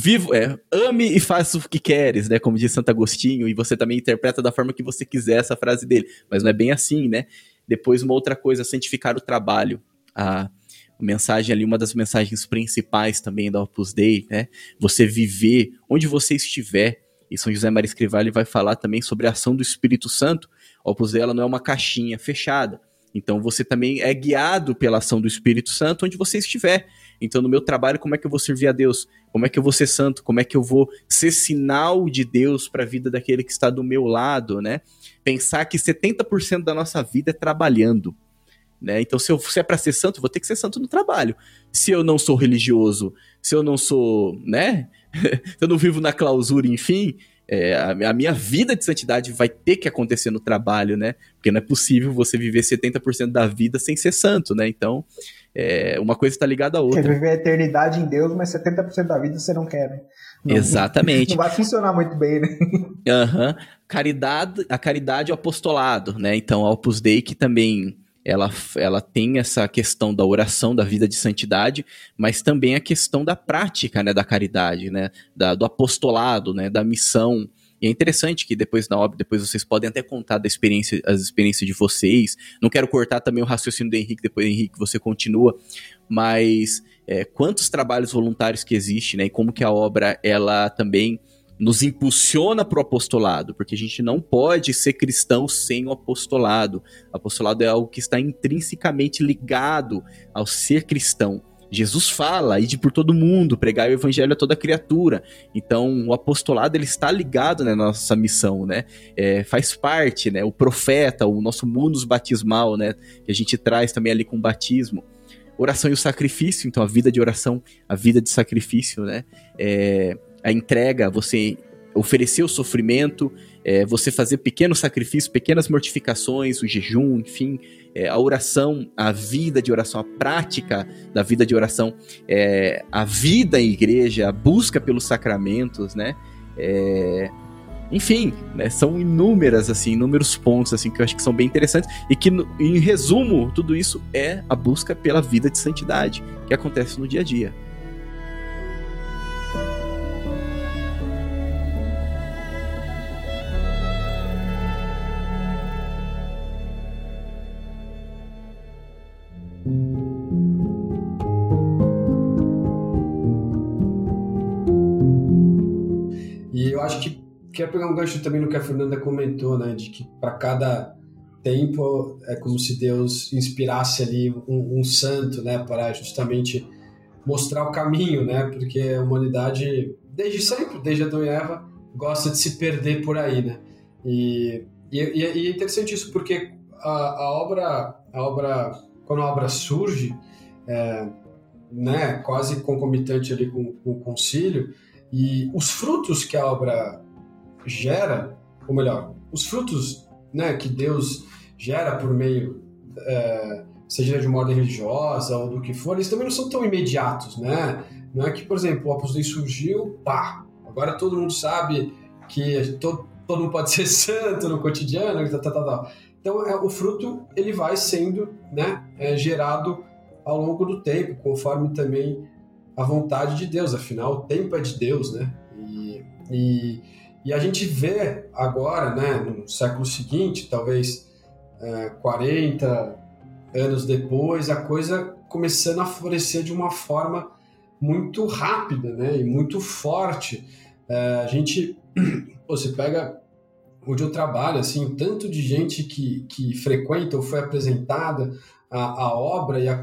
ame e faça o que queres, né? Como diz Santo Agostinho, e você também interpreta da forma que você quiser essa frase dele, mas não é bem assim, né? Depois uma outra coisa, santificar o trabalho. A mensagem ali, uma das mensagens principais também da Opus Dei, né? Você viver onde você estiver. E São José Maria Escrivá ele vai falar também sobre a ação do Espírito Santo. A Opus Dei ela não é uma caixinha fechada. Então você também é guiado pela ação do Espírito Santo onde você estiver. Então no meu trabalho, como é que eu vou servir a Deus? Como é que eu vou ser santo? Como é que eu vou ser sinal de Deus para a vida daquele que está do meu lado, né? Pensar que 70% da nossa vida é trabalhando. Né? Então, se é para ser santo, eu vou ter que ser santo no trabalho. Se eu não sou religioso, se eu não sou, né? Se eu não vivo na clausura, enfim, a minha vida de santidade vai ter que acontecer no trabalho, né? Porque não é possível você viver 70% da vida sem ser santo, né? Então, uma coisa está ligada à outra. Quer viver a eternidade em Deus, mas 70% da vida você não quer, né? Não, exatamente. Não vai funcionar muito bem, né? Uhum. A caridade e o apostolado, né? Então, a Opus Dei que também... Ela tem essa questão da oração, da vida de santidade, mas também a questão da prática, né, da caridade, né, do apostolado, né, da missão. E é interessante que depois na obra, depois vocês podem até contar as experiências de vocês. Não quero cortar também o raciocínio do Henrique, depois Henrique você continua, mas quantos trabalhos voluntários que existem, né, e como que a obra ela também nos impulsiona para o apostolado, porque a gente não pode ser cristão sem o apostolado. O apostolado é algo que está intrinsecamente ligado ao ser cristão. Jesus fala, ide por todo mundo, pregai o evangelho a toda criatura. Então, o apostolado ele está ligado, né, na nossa missão, né? Faz parte, né? O profeta, o nosso munus batismal, né? Que a gente traz também ali com o batismo. Oração e o sacrifício, então a vida de oração, a vida de sacrifício, né? A entrega, você oferecer o sofrimento, você fazer pequenos sacrifícios, pequenas mortificações, o jejum, enfim, a oração, a vida de oração, a prática da vida de oração, a vida em igreja, a busca pelos sacramentos, né? Enfim, né? São inúmeros pontos assim, que eu acho que são bem interessantes e que, em resumo, tudo isso é a busca pela vida de santidade que acontece no dia a dia. E eu acho que quero pegar um gancho também no que a Fernanda comentou, né, de que para cada tempo é como se Deus inspirasse ali um santo, né, para justamente mostrar o caminho, né, porque a humanidade, desde sempre, desde Adão e Eva, gosta de se perder por aí, né, e é interessante isso, porque a obra, quando a obra surge, né, quase concomitante ali com o concílio, e os frutos que a obra gera, ou melhor, os frutos, né, que Deus gera por meio, seja de uma ordem religiosa ou do que for, eles também não são tão imediatos, né? Não é que, por exemplo, o Opus Dei surgiu, pá, agora todo mundo sabe que todo mundo pode ser santo no cotidiano, tal. Então, o fruto, ele vai sendo, né, gerado ao longo do tempo, conforme também a vontade de Deus, afinal, o tempo é de Deus, né? E a gente vê agora, né, no século seguinte, talvez 40, anos depois, a coisa começando a florescer de uma forma muito rápida, né? E muito forte. A gente, você pega onde eu trabalho, assim, o tanto de gente que frequenta ou foi apresentada a obra e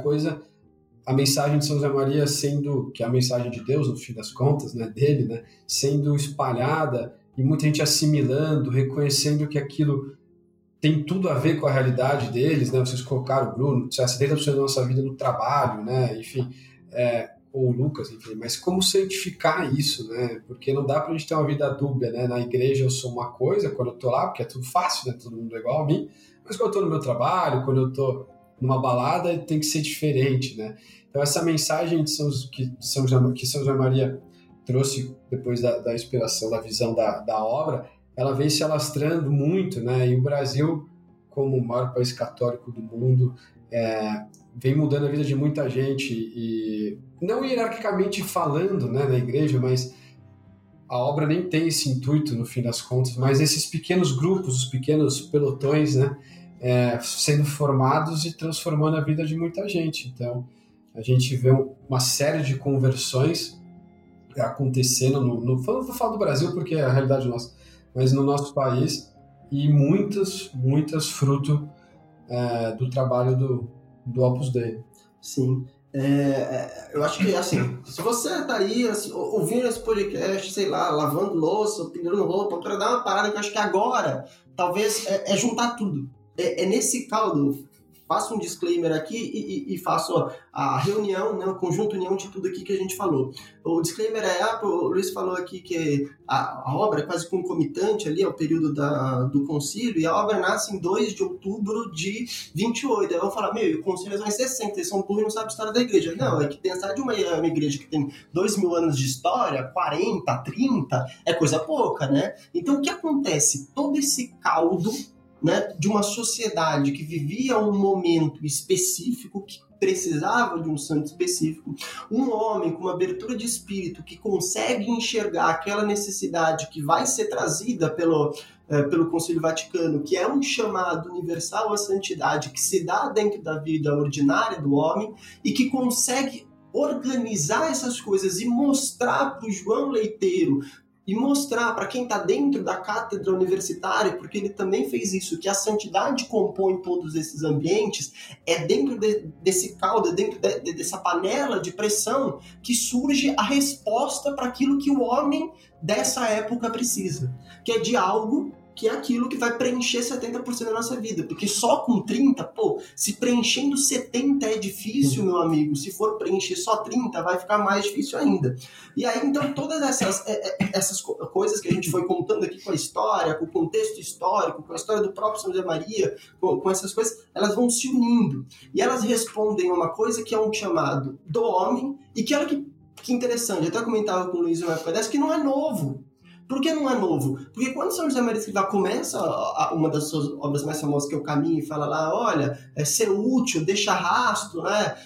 a mensagem de São José Maria sendo, que é a mensagem de Deus, no fim das contas, né, dele, né, sendo espalhada e muita gente assimilando, reconhecendo que aquilo tem tudo a ver com a realidade deles, né? Vocês colocaram o Bruno, 70% da nossa vida no trabalho, né? Enfim, ou o Lucas, enfim, mas como cientificar isso, né? Porque não dá pra gente ter uma vida dúbia, né? Na igreja eu sou uma coisa quando eu tô lá, porque é tudo fácil, né? Todo mundo é igual a mim, mas quando eu tô no meu trabalho, quando eu tô numa balada, tem que ser diferente, né? Então essa mensagem que São José Maria trouxe depois da inspiração, da visão da obra, ela vem se alastrando muito, né? E o Brasil, como o maior país católico do mundo, vem mudando a vida de muita gente, e não hierarquicamente falando, né, na igreja, mas a obra nem tem esse intuito, no fim das contas, mas esses pequenos grupos, os pequenos pelotões, né, sendo formados e transformando a vida de muita gente. Então, a gente vê uma série de conversões acontecendo, vou falar do Brasil porque é a realidade nossa, mas no nosso país, e muitas fruto do trabalho do Opus Dei. Sim. Eu acho que, assim, se você tá aí assim, ouvindo esse podcast, sei lá, lavando louça, pendurando roupa, para dar uma parada, que eu acho que agora, talvez, juntar tudo. É nesse caldo. Faço um disclaimer aqui e faço a reunião, né, o conjunto união de tudo aqui que a gente falou. O disclaimer o Luiz falou aqui que a obra é quase concomitante ali ao período do concílio, e a obra nasce em 2 de outubro de 28. Aí vão falar, o concílio vai ser 60, eles são burros e não sabem a história da igreja. Não, é que pensar de uma igreja que tem 2.000 anos de história, 40, 30, é coisa pouca, né? Então o que acontece? Todo esse caldo, né, de uma sociedade que vivia um momento específico, que precisava de um santo específico, um homem com uma abertura de espírito que consegue enxergar aquela necessidade que vai ser trazida pelo Concílio Vaticano, que é um chamado universal à santidade que se dá dentro da vida ordinária do homem e que consegue organizar essas coisas e mostrar para o João Leiteiro, e mostrar para quem está dentro da cátedra universitária, porque ele também fez isso, que a santidade compõe todos esses ambientes, é dentro desse caldo, dentro dessa panela de pressão, que surge a resposta para aquilo que o homem dessa época precisa, que é de algo que é aquilo que vai preencher 70% da nossa vida, porque só com 30, se preenchendo 70 é difícil, meu amigo, se for preencher só 30, vai ficar mais difícil ainda. E aí, então, todas essas coisas que a gente foi contando aqui com a história, com o contexto histórico, com a história do próprio São José Maria, com essas coisas, elas vão se unindo, e elas respondem a uma coisa que é um chamado do homem, e que olha que interessante, eu até comentava com o Luiz uma época dessa, que não é novo. Por que não é novo? Porque quando São José Maria Escrivá começa uma das suas obras mais famosas, que é o Caminho, e fala lá, olha, ser útil, deixa rastro, né?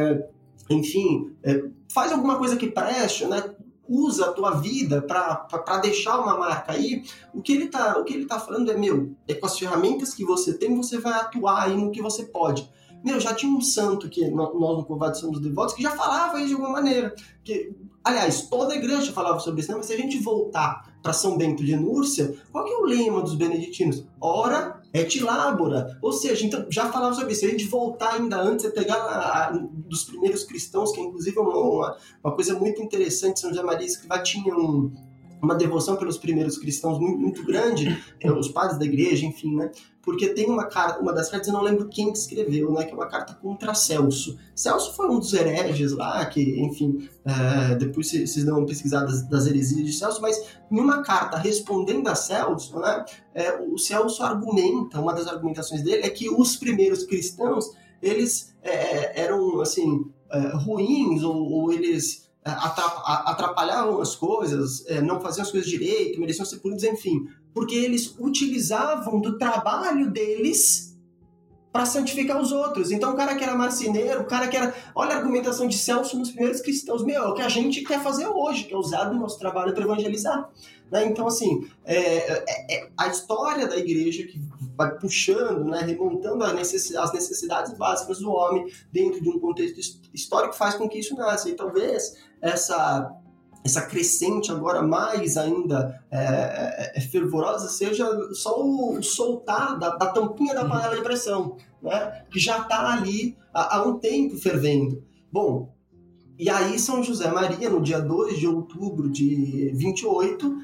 Faz alguma coisa que preste, né? Usa a tua vida para deixar uma marca aí. O que ele tá falando é com as ferramentas que você tem, você vai atuar aí no que você pode. Já tinha um santo que nós no Covado somos devotos que já falava isso de alguma maneira. Aliás, toda a igreja falava sobre isso, né? Mas se a gente voltar para São Bento de Núrcia, qual que é o lema dos beneditinos? Ora et labora. Ou seja, então, já falava sobre isso. Se a gente voltar ainda antes, é pegar dos primeiros cristãos, que é inclusive uma coisa muito interessante, São José Maria Escrivá tinha uma devoção pelos primeiros cristãos muito, muito grande, os padres da igreja, enfim, né? Porque tem uma das cartas, eu não lembro quem que escreveu, né? Que é uma carta contra Celso. Celso foi um dos hereges lá, que, enfim, depois vocês dão uma pesquisada das heresias de Celso, mas em uma carta respondendo a Celso, né? O Celso argumenta, uma das argumentações dele é que os primeiros cristãos, eles eram, assim, ruins, ou eles atrapalhavam as coisas, não faziam as coisas direito, mereciam ser punidos, enfim, porque eles utilizavam do trabalho deles para santificar os outros. Então o cara que era marceneiro, o cara que era... Olha a argumentação de Celso nos primeiros cristãos. É o que a gente quer fazer hoje, que é usar o nosso trabalho para evangelizar. Né? Então, assim, a história da igreja que vai puxando, né, remontando as necessidades básicas do homem dentro de um contexto histórico faz com que isso nasça. E talvez essa crescente agora mais ainda fervorosa seja só o soltar da tampinha da panela de pressão, né? Que já está ali há um tempo fervendo. Bom, e aí São José Maria, no dia 2 de outubro de 28,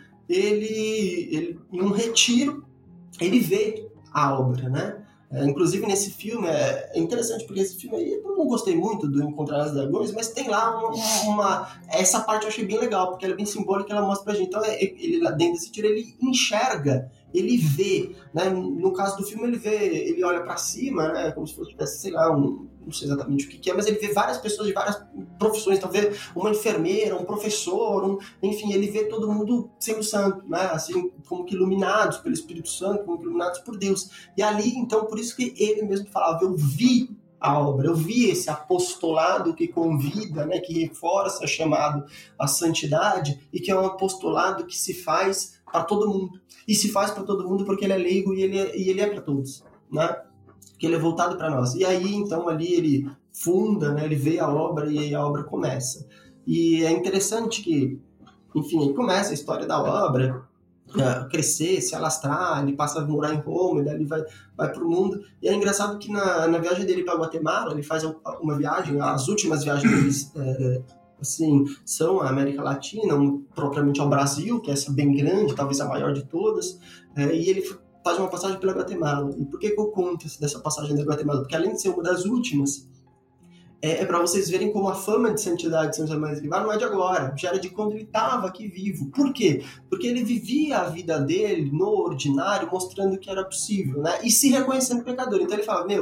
ele em um retiro, ele vê a obra, né? Inclusive nesse filme, é interessante porque esse filme aí, eu não gostei muito do Encontrar as Dragões, mas tem lá essa parte eu achei bem legal, porque ela é bem simbólica, ela mostra pra gente. Então ele lá dentro desse tiro, ele enxerga, ele vê, né? No caso do filme, ele olha pra cima, né? Como se fosse, sei lá, não sei exatamente o que é, mas ele vê várias pessoas de várias profissões, então vê uma enfermeira, um professor, enfim, ele vê todo mundo sendo santo, né? Assim, como que iluminados pelo Espírito Santo, como que iluminados por Deus. E ali, então, por isso que ele mesmo falava, eu vi a obra, eu vi esse apostolado que convida, né, que reforça chamado à santidade, e que é um apostolado que se faz para todo mundo. E se faz para todo mundo porque ele é leigo e ele é para todos, né? Que ele é voltado para nós. E aí, então, ali ele funda, né? Ele vê a obra e aí a obra começa. E é interessante que, enfim, aí começa a história da obra, crescer, se alastrar, ele passa a morar em Roma, e daí ele vai para o mundo. E é engraçado que na viagem dele para Guatemala, ele faz uma viagem, as últimas viagens deles, assim, são a América Latina, propriamente ao Brasil, que é essa bem grande, talvez a maior de todas, e ele faz uma passagem pela Guatemala. E por que eu conto dessa passagem da Guatemala? Porque além de ser uma das últimas, é para vocês verem como a fama de santidade de São José Maria Escrivá não é de agora, já era de quando ele estava aqui vivo. Por quê? Porque ele vivia a vida dele no ordinário, mostrando que era possível, né? E se reconhecendo pecador. Então ele falava,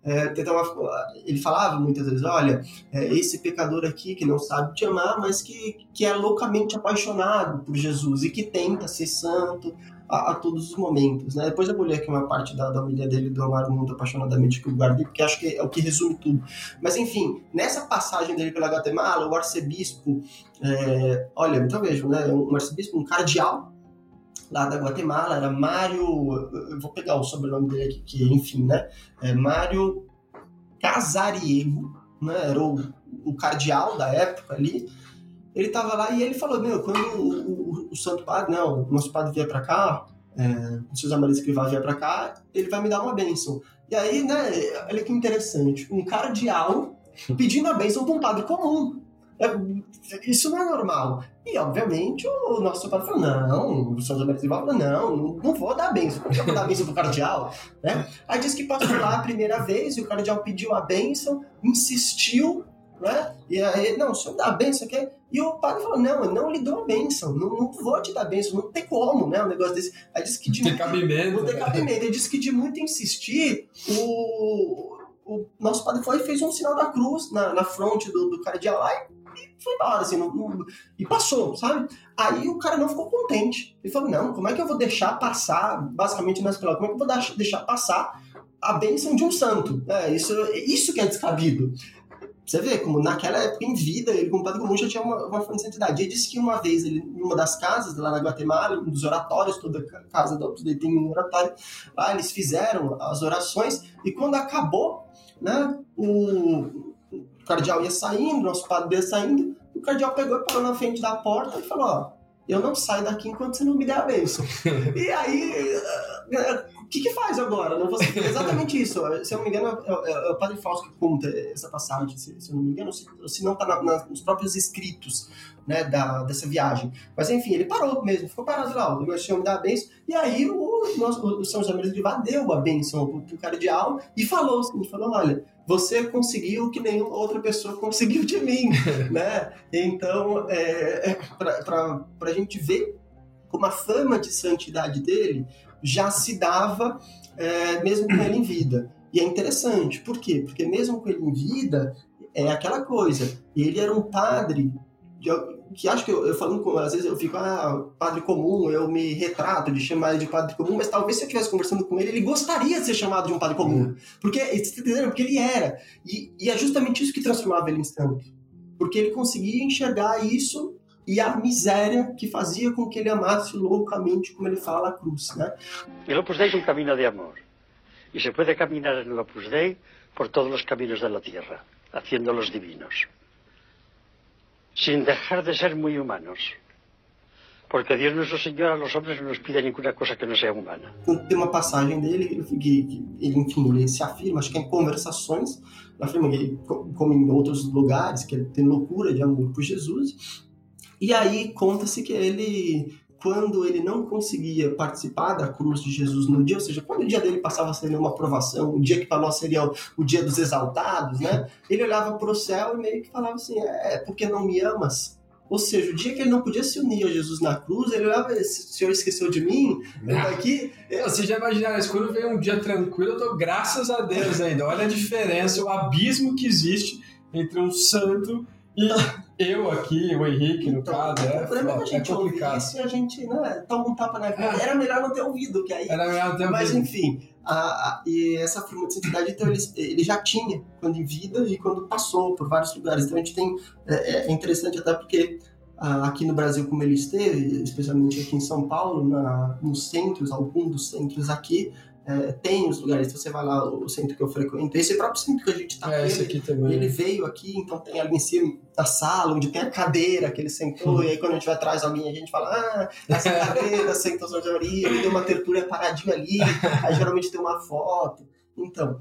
ele falava muitas vezes, olha, esse pecador aqui que não sabe te amar, mas que é loucamente apaixonado por Jesus e que tenta ser santo a todos os momentos, né? Depois eu vou ler aqui uma parte da homilia dele do Amar o Mundo Apaixonadamente, que eu guardei, porque acho que é o que resume tudo. Mas enfim, nessa passagem dele pela Guatemala, o arcebispo, então vejo, né? Um arcebispo, um cardeal lá da Guatemala, era Mário, eu vou pegar o sobrenome dele aqui, que enfim, né? Mário Casariego, né? Era o cardeal da época ali. Ele estava lá e ele falou, quando o Santo Padre, o nosso padre vier para cá, o São José Maria Escrivá vier para cá, ele vai me dar uma bênção. E aí, né, olha que interessante, um cardeal pedindo a bênção para um padre comum. Isso não é normal. E, obviamente, o nosso padre falou, não, o São José Maria Escrivá falou, não vou dar bênção, por que eu vou dar bênção para o cardeal? Né? Aí disse que passou lá a primeira vez e o cardeal pediu a bênção, insistiu, né? E aí, o senhor dá a bênção aqui? E o padre falou, eu não lhe dou a bênção, não vou te dar a bênção, não tem como, né, um negócio desse. Aí disse que não tem cabimento. Ele disse que de muito insistir, o nosso padre foi e fez um sinal da cruz na fronte do cardeal lá e foi embora, assim, e passou, sabe? Aí o cara não ficou contente. Ele falou, como é que eu vou deixar passar, basicamente nessa palavra, como é que eu vou deixar passar a bênção de um santo? Isso que é descabido. Você vê como naquela época, em vida, ele como padre comum já tinha uma forma de santidade. Ele disse que uma vez, em uma das casas lá na Guatemala, um dos oratórios, toda casa da Opus Dei tem um oratório, lá eles fizeram as orações, e quando acabou, né, o cardeal ia saindo, nosso padre ia saindo, o cardeal pegou e parou na frente da porta e falou, eu não saio daqui enquanto você não me der a bênção. E aí, o que faz agora? Exatamente isso. Se eu não me engano, é o padre Fausto que conta essa passagem, se eu não me engano, se não está nos próprios escritos, né, dessa viagem. Mas enfim, ele parou mesmo, ficou parado lá, o senhor me dá a bênção. E aí o São José Maria Escrivá deu a bênção pro cardeal e falou assim, olha, você conseguiu o que nenhuma outra pessoa conseguiu de mim, né? Então, para a gente ver como a fama de santidade dele já se dava mesmo com ele em vida. E é interessante, por quê? Porque mesmo com ele em vida, é aquela coisa, ele era um padre que acho que eu falando, às vezes eu fico, padre comum, eu me retrato de chamar ele de padre comum, mas talvez se eu estivesse conversando com ele gostaria de ser chamado de um padre comum. Porque ele era. E é justamente isso que transformava ele em santo. Porque ele conseguia enxergar isso e a miséria que fazia com que ele amasse loucamente, como ele fala, a cruz, né? El Opus Dei es un camino de amor. Y se puede caminar en el Opus Dei por todos los caminos de la tierra, haciéndolos divinos. Sin dejar de ser muy humanos. Porque Dios nuestro Señor a los hombres no nos pide ninguna cosa que no sea humana. Tem uma passagem dele que ele, enfim, ele se afirma, acho que é em Conversações, ele afirma que, como em outros lugares, que ele tem loucura de amor por Jesus. E aí conta-se que ele, quando ele não conseguia participar da cruz de Jesus no dia, ou seja, quando o dia dele passava a ser uma provação, o dia que para nós seria o dia dos exaltados, né? Ele olhava para o céu e meio que falava assim, porque não me amas? Ou seja, o dia que ele não podia se unir a Jesus na cruz, ele olhava, o Senhor esqueceu de mim? Eu tô aqui. Você já imaginaram isso? Quando vem um dia tranquilo, eu dou graças a Deus ainda. Olha a diferença, o abismo que existe entre um santo e eu aqui, o Henrique, no caso. É complicado. Se a gente toma um tapa na cara, era melhor não ter ouvido, que aí. Era melhor não ter ouvido. Mas enfim, e essa forma de santidade, então, ele já tinha quando em vida e quando passou por vários lugares. Então a gente tem. É interessante até porque aqui no Brasil, como ele esteve, especialmente aqui em São Paulo, nos centros, alguns dos centros aqui. Tem os lugares, você vai lá, o centro que eu frequento, esse próprio centro que a gente está esse aqui também. Ele veio aqui, então tem ali em cima da sala, onde tem a cadeira que ele sentou, e aí quando a gente vai atrás alguém, a gente fala, essa cadeira sentou São José Maria, ele deu uma tertúlia paradinha ali, aí geralmente tem uma foto. Então,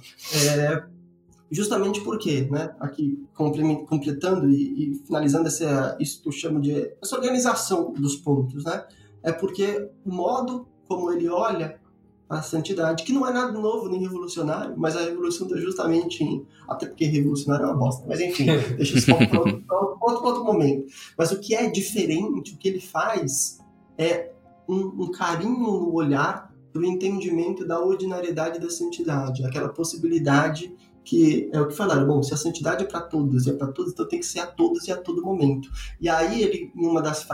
justamente porque, né, aqui completando e finalizando isso que eu chamo de essa organização dos pontos, né, é porque o modo como ele olha a santidade, que não é nada novo nem revolucionário, mas a revolução está justamente até porque revolucionário é uma bosta, mas enfim, deixa isso para outro momento. Mas o que é diferente, o que ele faz é um carinho no olhar do entendimento da ordinariedade da santidade, aquela possibilidade que é o que falaram, bom, se a santidade é para todos e é para todos, então tem que ser a todos e a todo momento. E aí ele, em uma das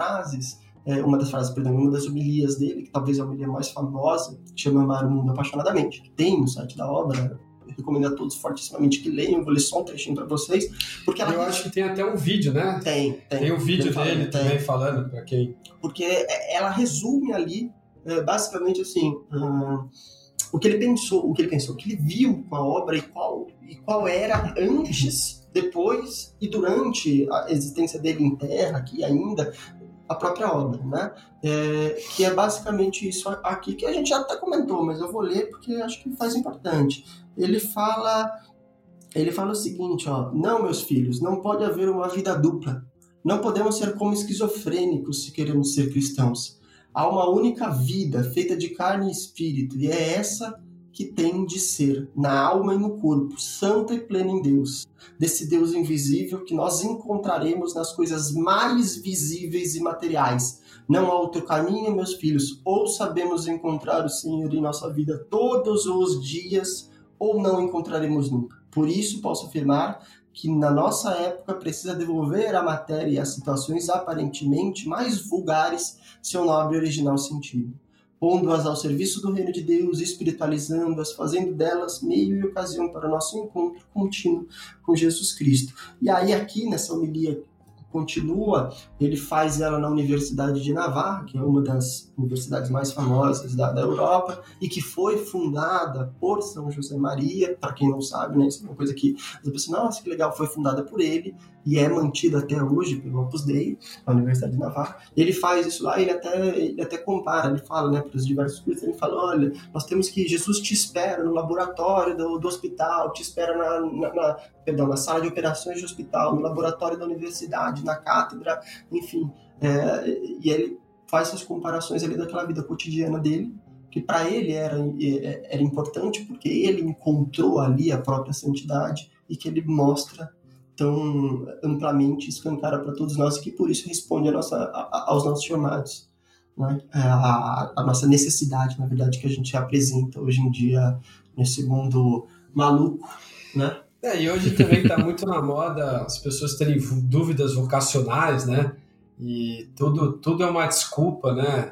homilias dele, que talvez é a homilia mais famosa, que chama Amar o Mundo Apaixonadamente, que tem no site da obra, eu recomendo a todos fortissimamente que leiam, eu vou ler só um trechinho para vocês, porque eu acho que tem até um vídeo, né? Tem um vídeo dele também falando para quem... Porque ela resume ali, basicamente assim, o que ele pensou, o que ele viu com a obra e qual era antes, depois e durante a existência dele em terra, aqui ainda, a própria obra, né? Que é basicamente isso aqui, que a gente já até comentou, mas eu vou ler porque acho que faz importante. Ele fala o seguinte, não, meus filhos, não pode haver uma vida dupla. Não podemos ser como esquizofrênicos se queremos ser cristãos. Há uma única vida feita de carne e espírito, e é essa que tem de ser, na alma e no corpo, santa e plena em Deus, desse Deus invisível que nós encontraremos nas coisas mais visíveis e materiais. Não há outro caminho, meus filhos, ou sabemos encontrar o Senhor em nossa vida todos os dias, ou não encontraremos nunca. Por isso, posso afirmar que na nossa época precisa devolver à matéria e às situações aparentemente mais vulgares seu nobre e original sentido, pondo-as ao serviço do reino de Deus, espiritualizando-as, fazendo delas meio e ocasião para o nosso encontro contínuo com Jesus Cristo. E aí aqui, nessa homilia continua, ele faz ela na Universidade de Navarra, que é uma das universidades mais famosas da Europa, e que foi fundada por São José Maria, para quem não sabe, né, isso é uma coisa que as pessoas, nossa, que legal, foi fundada por ele, e é mantida até hoje pelo Opus Dei, a Universidade de Navarra. Ele faz isso lá, ele até compara, ele fala, né, para os diversos cursos, ele fala, olha, nós temos que, Jesus te espera no laboratório do hospital, te espera na sala de operações do hospital, no laboratório da universidade, na cátedra, enfim. E ele faz essas comparações ali daquela vida cotidiana dele, que para ele era importante, porque ele encontrou ali a própria santidade e que ele mostra tão amplamente, escancara para todos nós, e que por isso responde aos nossos chamados, né? A nossa necessidade, na verdade, que a gente apresenta hoje em dia nesse mundo maluco, né? E hoje também está muito na moda as pessoas terem dúvidas vocacionais, né? E tudo é uma desculpa, né?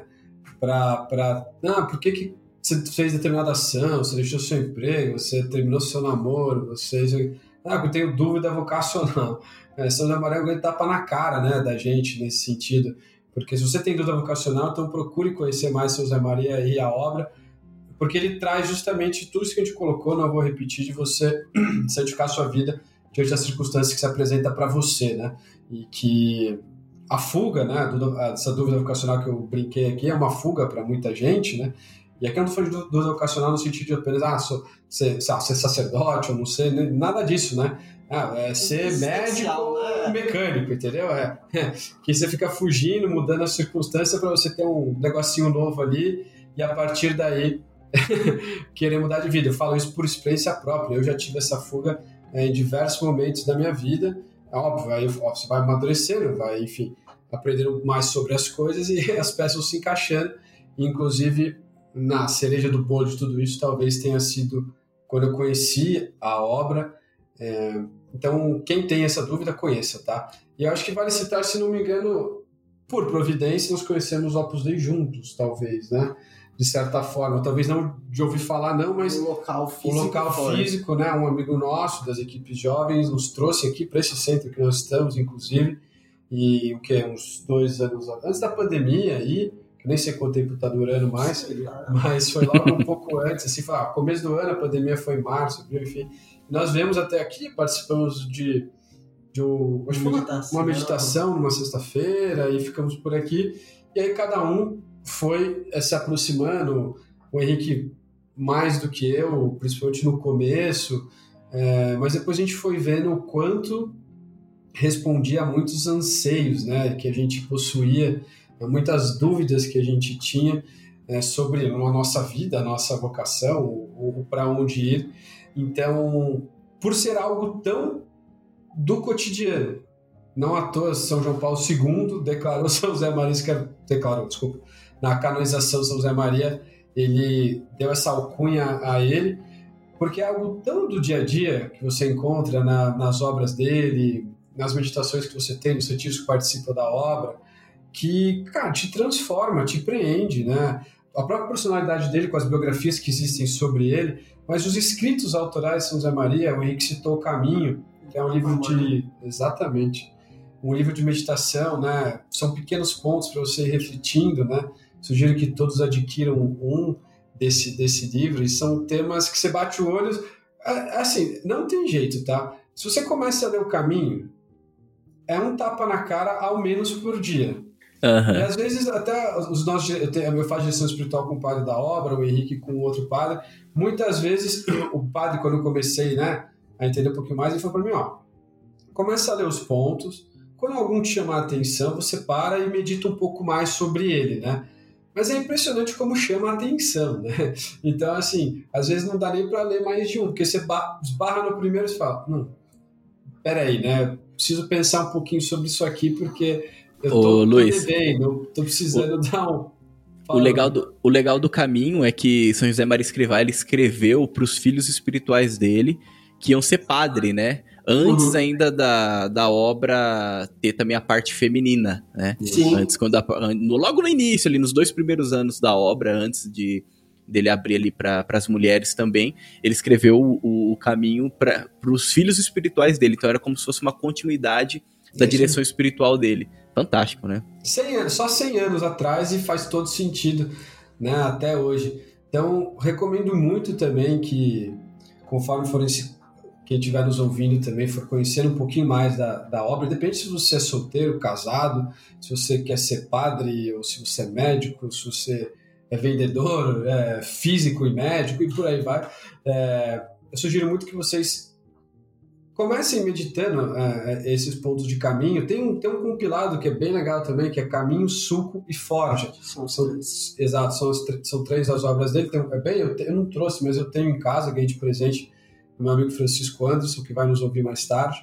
Por que você fez determinada ação, você deixou seu emprego, você terminou seu namoro, eu tenho dúvida vocacional. São José Maria é um grande tapa na cara, né, da gente nesse sentido. Porque se você tem dúvida vocacional, então procure conhecer mais São José Maria e a obra, porque ele traz justamente tudo isso que a gente colocou, não vou repetir, de você santificar a sua vida diante das circunstâncias que se apresenta para você, né? E que a fuga, né, essa dúvida vocacional que eu brinquei aqui, é uma fuga para muita gente, né? E aqui eu não estou falando de dúvida vocacional no sentido de apenas ser sacerdote ou não ser, nada disso, né? É ser médico ou mecânico, entendeu? Que você fica fugindo, mudando a circunstância para você ter um negocinho novo ali e a partir daí querer mudar de vida. Eu falo isso por experiência própria. Eu já tive essa fuga em diversos momentos da minha vida. É óbvio, aí você vai amadurecendo, vai, enfim, aprendendo mais sobre as coisas e as peças vão se encaixando. Inclusive, na cereja do bolo de tudo isso, talvez tenha sido quando eu conheci a obra. Então, quem tem essa dúvida, conheça, tá? E eu acho que vale citar, se não me engano, por providência, nós conhecemos o Opus Dei juntos, talvez, né? De certa forma, talvez não de ouvir falar, não, mas o local físico, né? Um amigo nosso das equipes jovens nos trouxe aqui para esse centro que nós estamos, inclusive, e uns 2 anos antes da pandemia aí, que nem sei quanto tempo está durando mais, mas foi logo um pouco antes, assim, começo do ano, a pandemia foi em março, enfim. Nós viemos até aqui, participamos de uma meditação numa sexta-feira e ficamos por aqui, e aí cada um foi se aproximando, o Henrique mais do que eu, principalmente no começo, mas depois a gente foi vendo o quanto respondia a muitos anseios, né, que a gente possuía, muitas dúvidas que a gente tinha sobre a nossa vida, a nossa vocação, ou para onde ir. Então, por ser algo tão do cotidiano, não à toa São João Paulo II declarou São José Maria, na canonização São José Maria, ele deu essa alcunha a ele, porque é algo tão do dia a dia que você encontra nas obras dele, nas meditações que você tem, nos retiros que participa da obra, que, cara, te transforma, te prende, né? A própria personalidade dele, com as biografias que existem sobre ele, mas os escritos autorais de São José Maria, o Henrique citou O Caminho, que é um livro Exatamente. Um livro de meditação, né? São pequenos pontos para você ir refletindo, né? Sugiro que todos adquiram um desse livro, e são temas que você bate o olho, assim, não tem jeito, tá? Se você começa a ler O Caminho, é um tapa na cara ao menos por dia. Uhum. E às vezes até eu faço gestão espiritual com o padre da obra, o Henrique com outro padre, muitas vezes o padre, quando eu comecei, né, a entender um pouquinho mais, ele falou para mim, começa a ler os pontos, quando algum te chamar a atenção, você para e medita um pouco mais sobre ele, né? Mas é impressionante como chama a atenção, né? Então, assim, às vezes não dá nem para ler mais de um, porque você esbarra no primeiro e fala, peraí, né? Preciso pensar um pouquinho sobre isso aqui, porque eu tô devendo, tô precisando dar um... O legal do Caminho é que São José Maria Escrivá, ele escreveu para os filhos espirituais dele, que iam ser padre, né? Antes ainda da obra ter também a parte feminina, né? Sim. Antes, logo no início, ali nos 2 primeiros anos da obra, antes dele abrir ali para as mulheres também, ele escreveu o Caminho para os filhos espirituais dele. Então era como se fosse uma continuidade da direção espiritual dele. Fantástico, né? 100 anos, só 100 anos atrás, e faz todo sentido, né, até hoje. Então, recomendo muito também que, conforme quem estiver nos ouvindo também for conhecendo um pouquinho mais da obra, depende se você é solteiro, casado, se você quer ser padre, ou se você é médico, se você é vendedor, físico e médico, e por aí vai. Eu sugiro muito que vocês comecem meditando esses pontos de caminho. Tem um compilado que é bem legal também, que é Caminho, Suco e Forja. Exato, são 3 as obras dele. Eu não trouxe, mas eu tenho em casa, ganhei de presente do meu amigo Francisco Anderson, que vai nos ouvir mais tarde.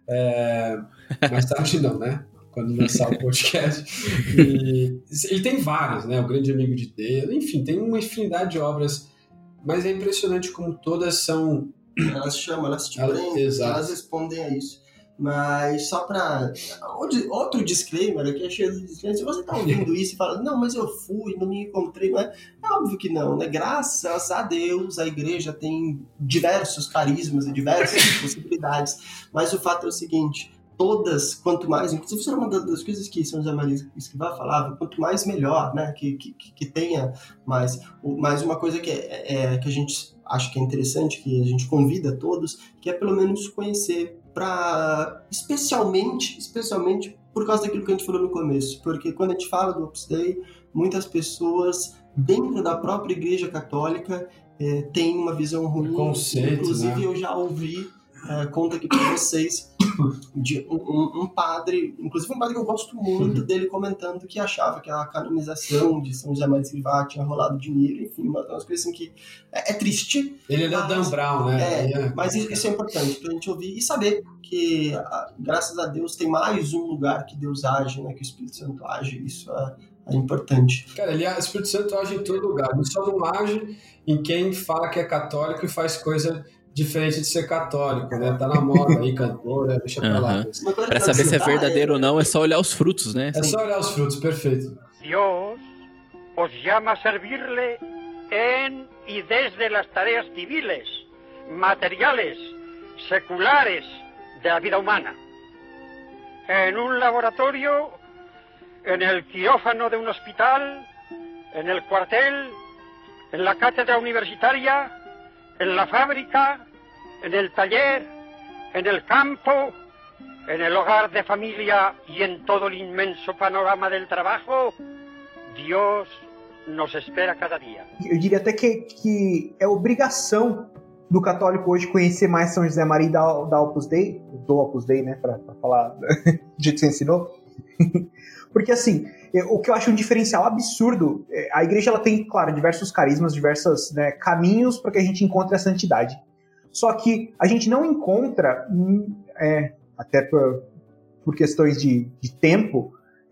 Mais tarde não, né? Quando lançar o podcast. E ele tem vários, né? O Grande Amigo de Deus. Enfim, tem uma infinidade de obras, mas é impressionante como todas são Elas chamam, elas te prendem, elas respondem a isso. Mas só para outro disclaimer aqui, é cheio de disclaimer. Se você tá ouvindo isso e fala, não, mas eu fui, não me encontrei, não é óbvio que não, né? Graças a Deus, a igreja tem diversos carismas e diversas possibilidades. Mas o fato é o seguinte, todas, quanto mais, inclusive isso é uma das coisas que São José Maria Escrivá falava, quanto mais melhor, né? Que tenha mais. Mais uma coisa que a gente acha que é interessante, que a gente convida todos, que é pelo menos conhecer, especialmente por causa daquilo que a gente falou no começo, porque quando a gente fala do Opus Dei, muitas pessoas dentro da própria Igreja Católica têm uma visão ruim. Conceito, inclusive, né? Eu já ouvi, conta aqui para vocês, de um padre, inclusive um padre que eu gosto muito dele comentando que achava que a canonização de São José Maria Escrivá tinha rolado dinheiro, enfim, umas coisas assim que é triste. Ele é o Dan Brown, né? Mas isso é importante pra gente ouvir e saber que, graças a Deus, tem mais um lugar que Deus age, né, que o Espírito Santo age, isso é importante. Cara, o Espírito Santo age em todo lugar, ele só não age em quem fala que é católico e faz coisa diferente de ser católico, né? Tá na moda aí, cantora, deixa pra lá. Pra saber se é verdadeiro ou não, é só olhar os frutos, né? É só olhar os frutos, perfeito. Dios os llama a servirle en y desde las tareas civiles, materiales, seculares de la vida humana. En un laboratorio, en el quirófano de un hospital, en el cuartel, en la cátedra universitaria, en la fábrica, en el taller, en el campo, en el hogar de familia y en todo el inmenso panorama del trabajo, Dios nos espera cada dia. Eu diria até que é obrigação do católico hoje conhecer mais São José Maria da Opus Dei, do Opus Dei, né, pra falar do jeito que você ensinou. Porque, assim, o que eu acho um diferencial absurdo, a igreja ela tem, claro, diversos carismas, diversos, né, caminhos para que a gente encontre a santidade. Só que a gente não encontra, até por questões de tempo,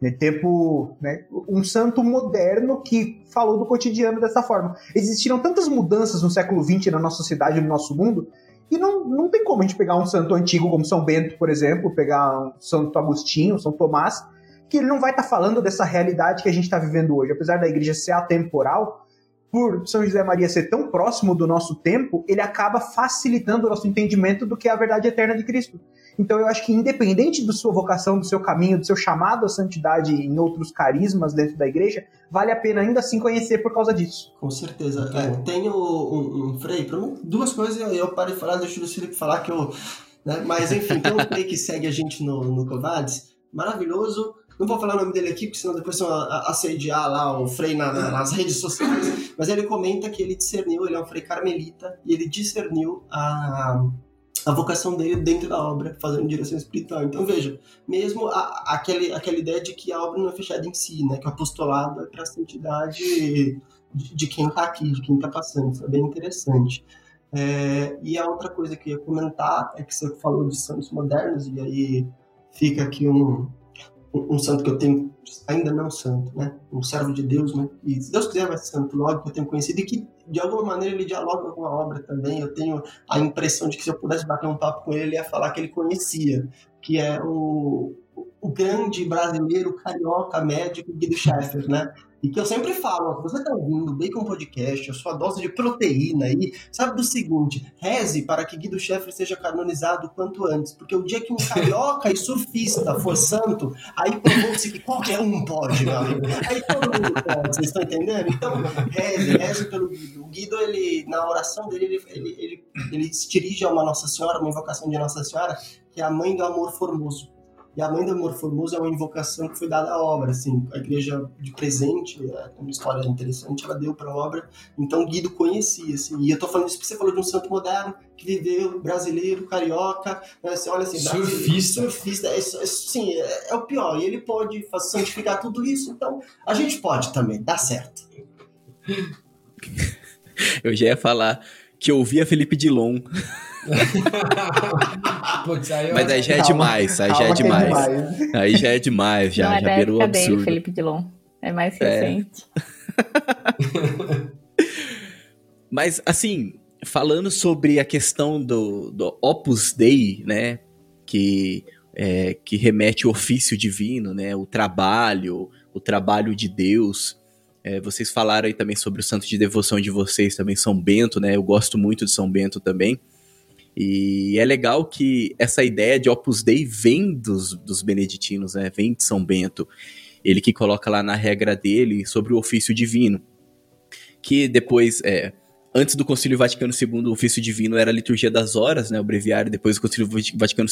né, um santo moderno que falou do cotidiano dessa forma. Existiram tantas mudanças no século XX na nossa sociedade, no nosso mundo, e não tem como a gente pegar um santo antigo como São Bento, por exemplo, pegar um Santo Agostinho, São Tomás, que ele não vai estar falando dessa realidade que a gente está vivendo hoje. Apesar da igreja ser atemporal, por São José Maria ser tão próximo do nosso tempo, ele acaba facilitando o nosso entendimento do que é a verdade eterna de Cristo. Então eu acho que independente da sua vocação, do seu caminho, do seu chamado à santidade em outros carismas dentro da igreja, vale a pena ainda assim conhecer por causa disso. Com certeza. Tem um Frei, para mim, duas coisas eu paro de falar, deixo o Felipe falar que eu... Né? Mas enfim, tem um Frei que segue a gente no Covades, maravilhoso. Não vou falar o nome dele aqui, porque senão depois vão assediar lá o Frei nas redes sociais. Mas ele comenta que ele discerniu, ele é um Frei carmelita, e ele discerniu a vocação dele dentro da obra, fazendo direção espiritual. Então, veja, mesmo aquela ideia de que a obra não é fechada em si, né? Que o apostolado é para a santidade de quem está aqui, de quem está passando. Isso é bem interessante. E a outra coisa que eu ia comentar é que você falou de santos modernos, e aí fica aqui um santo que eu tenho, ainda não santo, né? Um servo de Deus, né? E se Deus quiser vai ser santo logo, que eu tenho conhecido, e que de alguma maneira ele dialoga com a obra também. Eu tenho a impressão de que se eu pudesse bater um papo com ele, ele ia falar que ele conhecia, que é o grande brasileiro carioca médico Guido Scheffer, né? E que eu sempre falo, você está ouvindo o Bacon Podcast, a sua dose de proteína aí, sabe do seguinte, reze para que Guido Scheffer seja canonizado quanto antes, porque o dia que um carioca e surfista for santo, aí provou-se que qualquer um pode, meu amigo. Aí todo mundo pode, vocês estão entendendo? Então, reze pelo Guido. O Guido, ele, na oração dele, ele se dirige a uma Nossa Senhora, uma invocação de Nossa Senhora, que é a Mãe do Amor Formoso. E a Mãe do Amor Formoso é uma invocação que foi dada à obra, assim, a igreja de presente, uma história interessante, ela deu para a obra, então Guido conhecia, assim, e eu tô falando isso porque você falou de um santo moderno, que viveu, brasileiro, carioca, né, você olha assim, surfista, sim, é o pior, e ele pode santificar tudo isso, então a gente pode também, dá certo. Eu já ia falar que eu ouvia Felipe Dilon. Putz, mas aí já é demais, aí já é demais, já virou absurdo. Dele, Felipe Dilon, é mais recente. Mas assim, falando sobre a questão do Opus Dei, né, que remete ao ofício divino, né, o trabalho de Deus. Vocês falaram aí também sobre o santo de devoção de vocês, também São Bento, né, eu gosto muito de São Bento também. E é legal que essa ideia de Opus Dei vem dos beneditinos, né, vem de São Bento. Ele que coloca lá na regra dele sobre o ofício divino, que depois, antes do Concílio Vaticano II, o ofício divino era a liturgia das horas, né, o breviário. Depois do Concílio Vaticano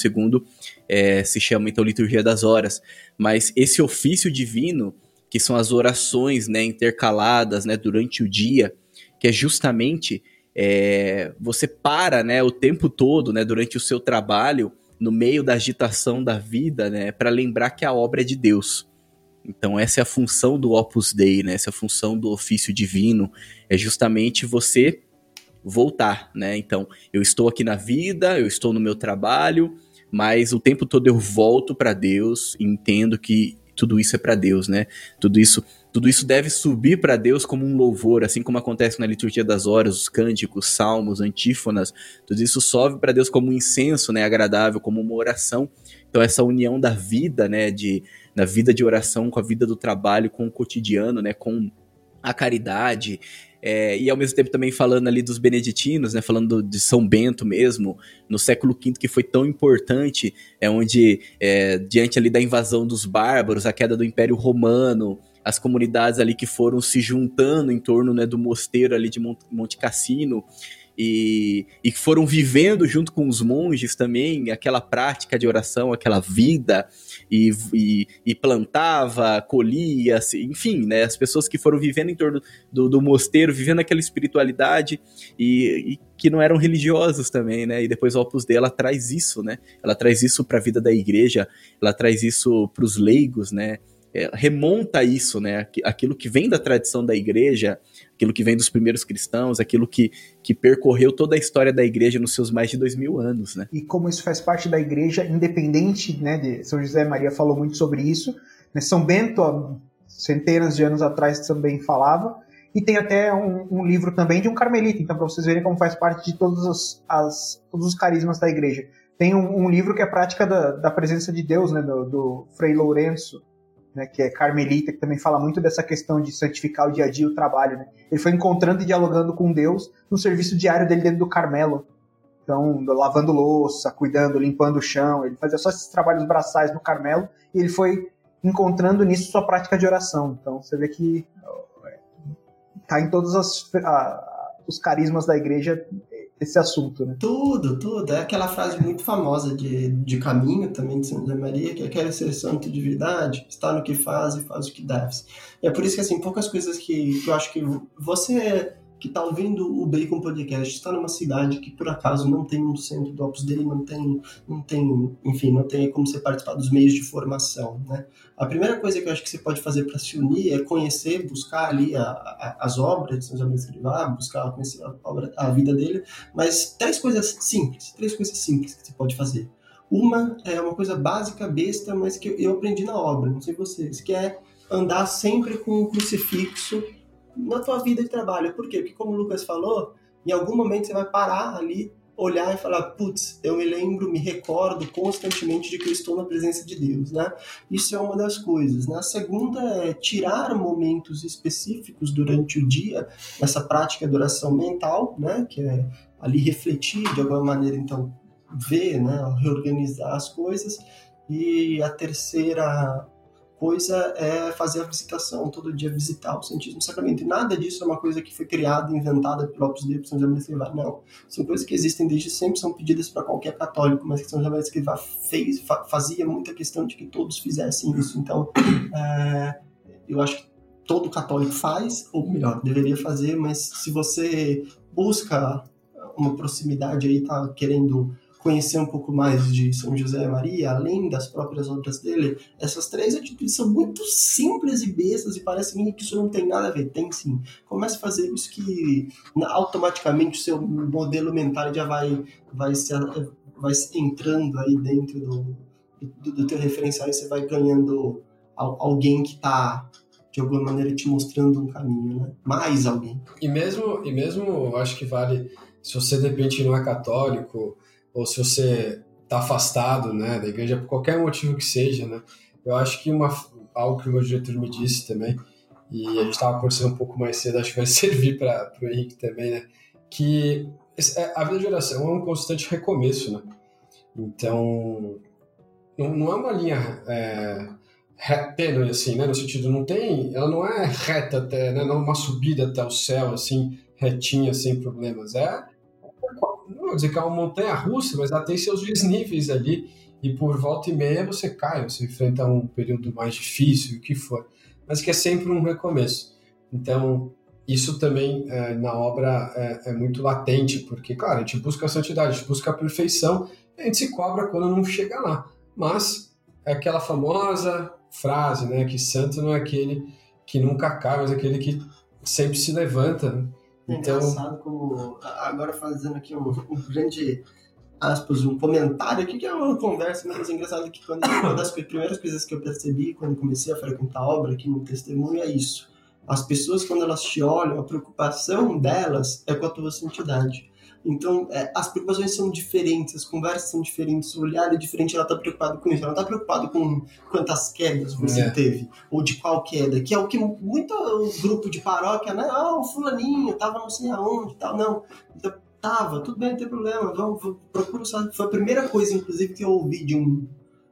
II se chama então liturgia das horas. Mas esse ofício divino, que são as orações, né, intercaladas, né, durante o dia, que é justamente você para, né, o tempo todo, né, durante o seu trabalho, no meio da agitação da vida, né, para lembrar que a obra é de Deus. Então essa é a função do Opus Dei, né? Essa é a função do ofício divino, é justamente você voltar, né? Então, eu estou aqui na vida, eu estou no meu trabalho, mas o tempo todo eu volto para Deus e entendo que tudo isso é para Deus, né? Tudo isso deve subir para Deus como um louvor, assim como acontece na liturgia das horas, os cânticos, salmos, antífonas, tudo isso sobe para Deus como um incenso, né, agradável, como uma oração. Então essa união da vida, né, da vida de oração com a vida do trabalho, com o cotidiano, né, com a caridade, e ao mesmo tempo também falando ali dos beneditinos, né, falando de São Bento mesmo, no século V, que foi tão importante, onde diante ali da invasão dos bárbaros, a queda do Império Romano, as comunidades ali que foram se juntando em torno, né, do mosteiro ali de Monte Cassino, e foram vivendo junto com os monges também aquela prática de oração, aquela vida, e plantava, colhia, enfim, né, as pessoas que foram vivendo em torno do mosteiro, vivendo aquela espiritualidade e que não eram religiosos também, né, e depois o Opus Dei, ela traz isso, né, ela traz isso para a vida da igreja, ela traz isso para os leigos, né, remonta isso, né, aquilo que vem da tradição da igreja, aquilo que vem dos primeiros cristãos, aquilo que percorreu toda a história da igreja nos seus mais de 2000 anos, né. E como isso faz parte da igreja, independente, né, de São José Maria falou muito sobre isso, né, São Bento, há centenas de anos atrás, também falava, e tem até um livro também de um carmelita, então para vocês verem como faz parte de todos os carismas da igreja. Tem um livro que é a prática da presença de Deus, né, do Frei Lourenço, né, que é carmelita, que também fala muito dessa questão de santificar o dia a dia, o trabalho, né? Ele foi encontrando e dialogando com Deus no serviço diário dele dentro do Carmelo. Então, lavando louça, cuidando, limpando o chão, ele fazia só esses trabalhos braçais no Carmelo, e ele foi encontrando nisso sua prática de oração. Então, você vê que está em todos os carismas da igreja esse assunto, né? Tudo. É aquela frase muito famosa de Caminho, também de São José Maria, que é: quer ser santo de verdade, está no que faz e faz o que deves. E é por isso que, assim, poucas coisas que eu acho que você que está ouvindo o Bacon Podcast está numa cidade que, por acaso, não tem um centro do Opus Dei, não tem como você participar dos meios de formação, né? A primeira coisa que eu acho que você pode fazer para se unir é conhecer, buscar ali as obras de São José Maria Escrivá, buscar conhecer a vida dele, mas três coisas simples que você pode fazer. Uma é uma coisa básica, besta, mas que eu aprendi na obra, não sei vocês, que é andar sempre com um crucifixo na tua vida de trabalho. Por quê? Porque, como o Lucas falou, em algum momento você vai parar ali, olhar e falar: putz, eu me recordo constantemente de que eu estou na presença de Deus, né? Isso é uma das coisas, né? A segunda é tirar momentos específicos durante o dia, essa prática de oração mental, né? Que é ali refletir de alguma maneira, então, ver, né? Reorganizar as coisas. E a terceira coisa é fazer a visitação, todo dia visitar o Santíssimo Sacramento. E nada disso é uma coisa que foi criada, inventada pelo Opus Dei, por São José Maria Escrivá. Não. São coisas que existem desde sempre, são pedidas para qualquer católico, mas que São José Maria Escrivá fazia muita questão de que todos fizessem isso. Então, eu acho que todo católico faz, ou melhor, deveria fazer, mas se você busca uma proximidade aí, tá querendo conhecer um pouco mais de São José Maria, além das próprias obras dele, essas três atitudes são muito simples e bestas e parecem que isso não tem nada a ver. Tem sim. Comece a fazer isso que automaticamente o seu modelo mental já vai entrando aí dentro do teu referencial e você vai ganhando alguém que está de alguma maneira te mostrando um caminho, né? Mais alguém. E mesmo eu acho que vale se você de repente não é católico, ou se você está afastado, né, da igreja, por qualquer motivo que seja, né, eu acho que algo que o meu diretor me disse também, e a gente estava conversando um pouco mais cedo, acho que vai servir para o Henrique também, né, que a vida de oração é um constante recomeço, né, então não é uma linha tênue, assim, né, no sentido, ela não é reta até, né, não é uma subida até o céu, assim, retinha, sem problemas, não vou dizer que é uma montanha-russa, mas ela tem seus desníveis ali, e por volta e meia você cai, você enfrenta um período mais difícil, o que for, mas que é sempre um recomeço. Então, isso também na obra é muito latente, porque, claro, a gente busca a santidade, a gente busca a perfeição, e a gente se cobra quando não chega lá. Mas é aquela famosa frase, né, que santo não é aquele que nunca cai, mas aquele que sempre se levanta, né? É engraçado como, agora fazendo aqui um grande, aspas, um comentário aqui, que é uma conversa, mas é engraçado que uma das primeiras coisas que eu percebi quando comecei a frequentar a obra aqui no testemunho é isso. As pessoas, quando elas te olham, a preocupação delas é com a tua santidade. Então, as preocupações são diferentes, as conversas são diferentes, o olhar é diferente, ela está preocupada com isso, ela não está preocupada com quantas quedas você teve, ou de qual queda, que é o que muito grupo de paróquia, né? O fulaninho estava não sei aonde e tal, não, então, tava, tudo bem, não tem problema, vamos, procura saber. Foi a primeira coisa, inclusive, que eu ouvi de um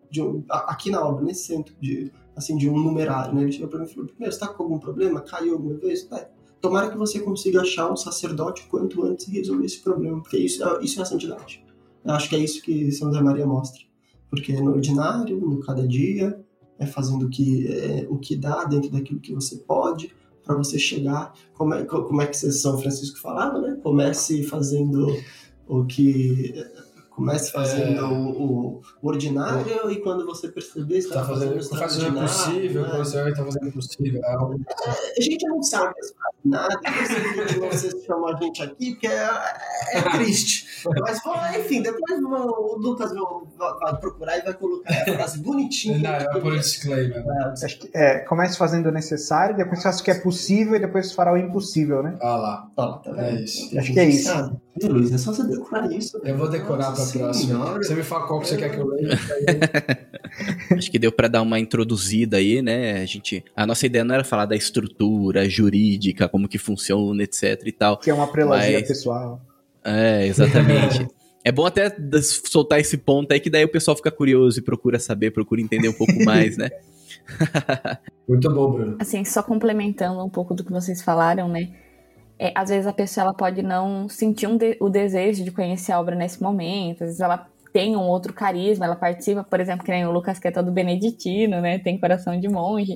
aqui na obra, nesse centro de um numerário, né? Ele chegou para mim e falou, primeiro, você está com algum problema? Caiu alguma vez? Tomara que você consiga achar um sacerdote quanto antes e resolver esse problema, porque isso é a santidade. Eu acho que é isso que São José Maria mostra. Porque no ordinário, no cada dia, fazendo o que dá dentro daquilo que você pode, para você chegar. Como é que São Francisco falava, né? Comece fazendo o que... Comece fazendo o ordinário e quando você perceber, está fazendo o extraordinário. Possível, quando você vai estar fazendo o possível. A gente não sabe nada, não sei se chamou a gente aqui, porque é triste. Mas, enfim, depois o Lucas vai procurar e vai colocar a frase bonitinha. Não, é por disclaimer. Acho que comece fazendo o necessário, depois faça o que é possível e depois fará o impossível, né? Lá. Tá É isso. Acho que é isso. Luiz, é só você decorar isso. Eu vou decorar para a próxima. Você me fala qual que você quer que eu leia. Acho que deu para dar uma introduzida aí, né? A nossa ideia não era falar da estrutura jurídica, como que funciona, etc e tal. Que é uma prelasia pessoal. Exatamente. É bom até soltar esse ponto aí, que daí o pessoal fica curioso e procura saber, procura entender um pouco mais, né? Muito bom, Bruno. Assim, só complementando um pouco do que vocês falaram, né? Às vezes a pessoa ela pode não sentir o desejo de conhecer a obra nesse momento, às vezes ela tem um outro carisma, ela participa, por exemplo, que nem o Lucas, que é todo beneditino, né? Tem coração de monge.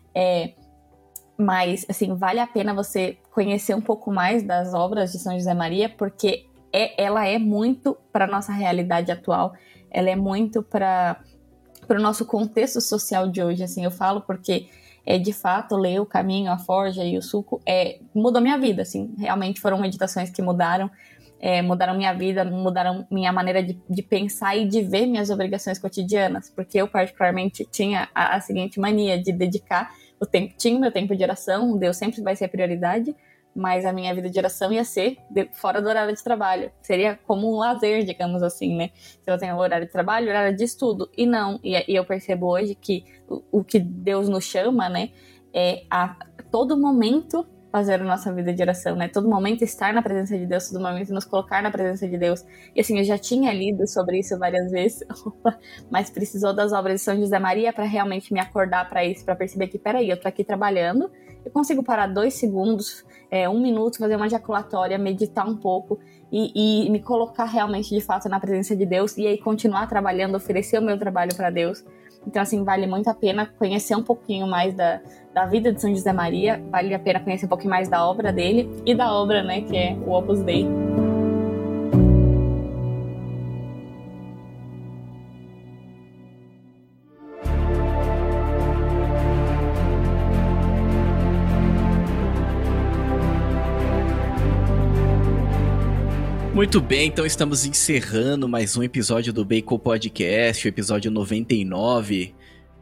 Mas, assim, vale a pena você conhecer um pouco mais das obras de São José Maria, porque ela é muito para a nossa realidade atual, ela é muito para o nosso contexto social de hoje, assim, eu falo porque, de fato, ler O Caminho, a Forja e o Suco mudou minha vida, assim, realmente foram meditações que mudaram minha vida, mudaram minha maneira de pensar e de ver minhas obrigações cotidianas, porque eu particularmente tinha a seguinte mania de dedicar o tempo, tinha o meu tempo de oração, Deus sempre vai ser a prioridade, mas a minha vida de oração ia ser fora do horário de trabalho, seria como um lazer, digamos assim, né? Se eu tenho horário de trabalho, horário de estudo, e não, e eu percebo hoje que o que Deus nos chama, né, é a todo momento fazer a nossa vida de oração, né? Todo momento estar na presença de Deus, todo momento nos colocar na presença de Deus. E assim, eu já tinha lido sobre isso várias vezes, mas precisou das obras de São José Maria para realmente me acordar para isso, para perceber que, peraí, eu tô aqui trabalhando, eu consigo parar 2 segundos, 1 minuto, fazer uma ejaculatória, meditar um pouco e me colocar realmente, de fato, na presença de Deus e aí continuar trabalhando, oferecer o meu trabalho para Deus. Então, assim, vale muito a pena conhecer um pouquinho mais da vida de São José Maria, vale a pena conhecer um pouquinho mais da obra dele e da obra, né, que é o Opus Dei. Muito bem, então estamos encerrando mais um episódio do Bacon Podcast, o episódio 99.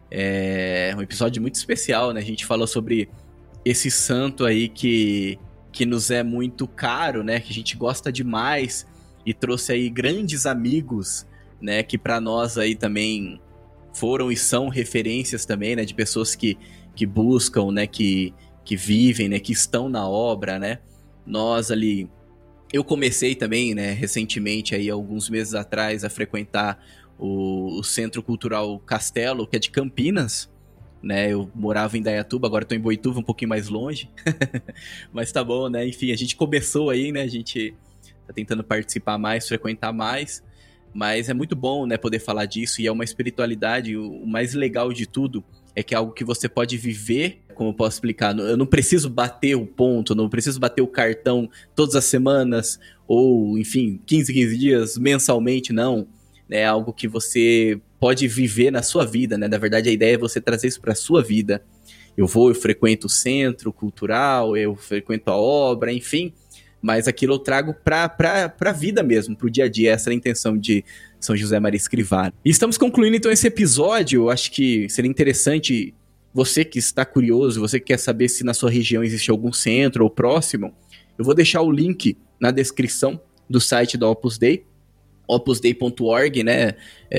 É um episódio muito especial, né? A gente falou sobre esse santo aí que que nos é muito caro, né? Que a gente gosta demais e trouxe aí grandes amigos, né? Que para nós aí também foram e são referências também, né? De pessoas que buscam, né? Que vivem, né? Que estão na obra, né? Nós ali... Eu comecei também, né? Recentemente, aí, alguns meses atrás, a frequentar o Centro Cultural Castelo, que é de Campinas, né? Eu morava em Indaiatuba, agora estou em Boituva, um pouquinho mais longe. Mas tá bom, né? Enfim, a gente começou aí, né? A gente tá tentando participar mais, frequentar mais. Mas é muito bom, né, poder falar disso, e é uma espiritualidade, o mais legal de tudo é que é algo que você pode viver, como eu posso explicar, eu não preciso bater o ponto, não preciso bater o cartão todas as semanas, ou, enfim, 15 dias, mensalmente, não. É algo que você pode viver na sua vida, né, na verdade a ideia é você trazer isso para a sua vida. Eu frequento o centro cultural, eu frequento a obra, enfim... Mas aquilo eu trago pra vida mesmo, pro dia a dia. Essa é a intenção de São José Maria Escrivá. E estamos concluindo então esse episódio. Eu acho que seria interessante, você que está curioso, você que quer saber se na sua região existe algum centro ou próximo, eu vou deixar o link na descrição do site da Opus Dei, opusdei.org, né?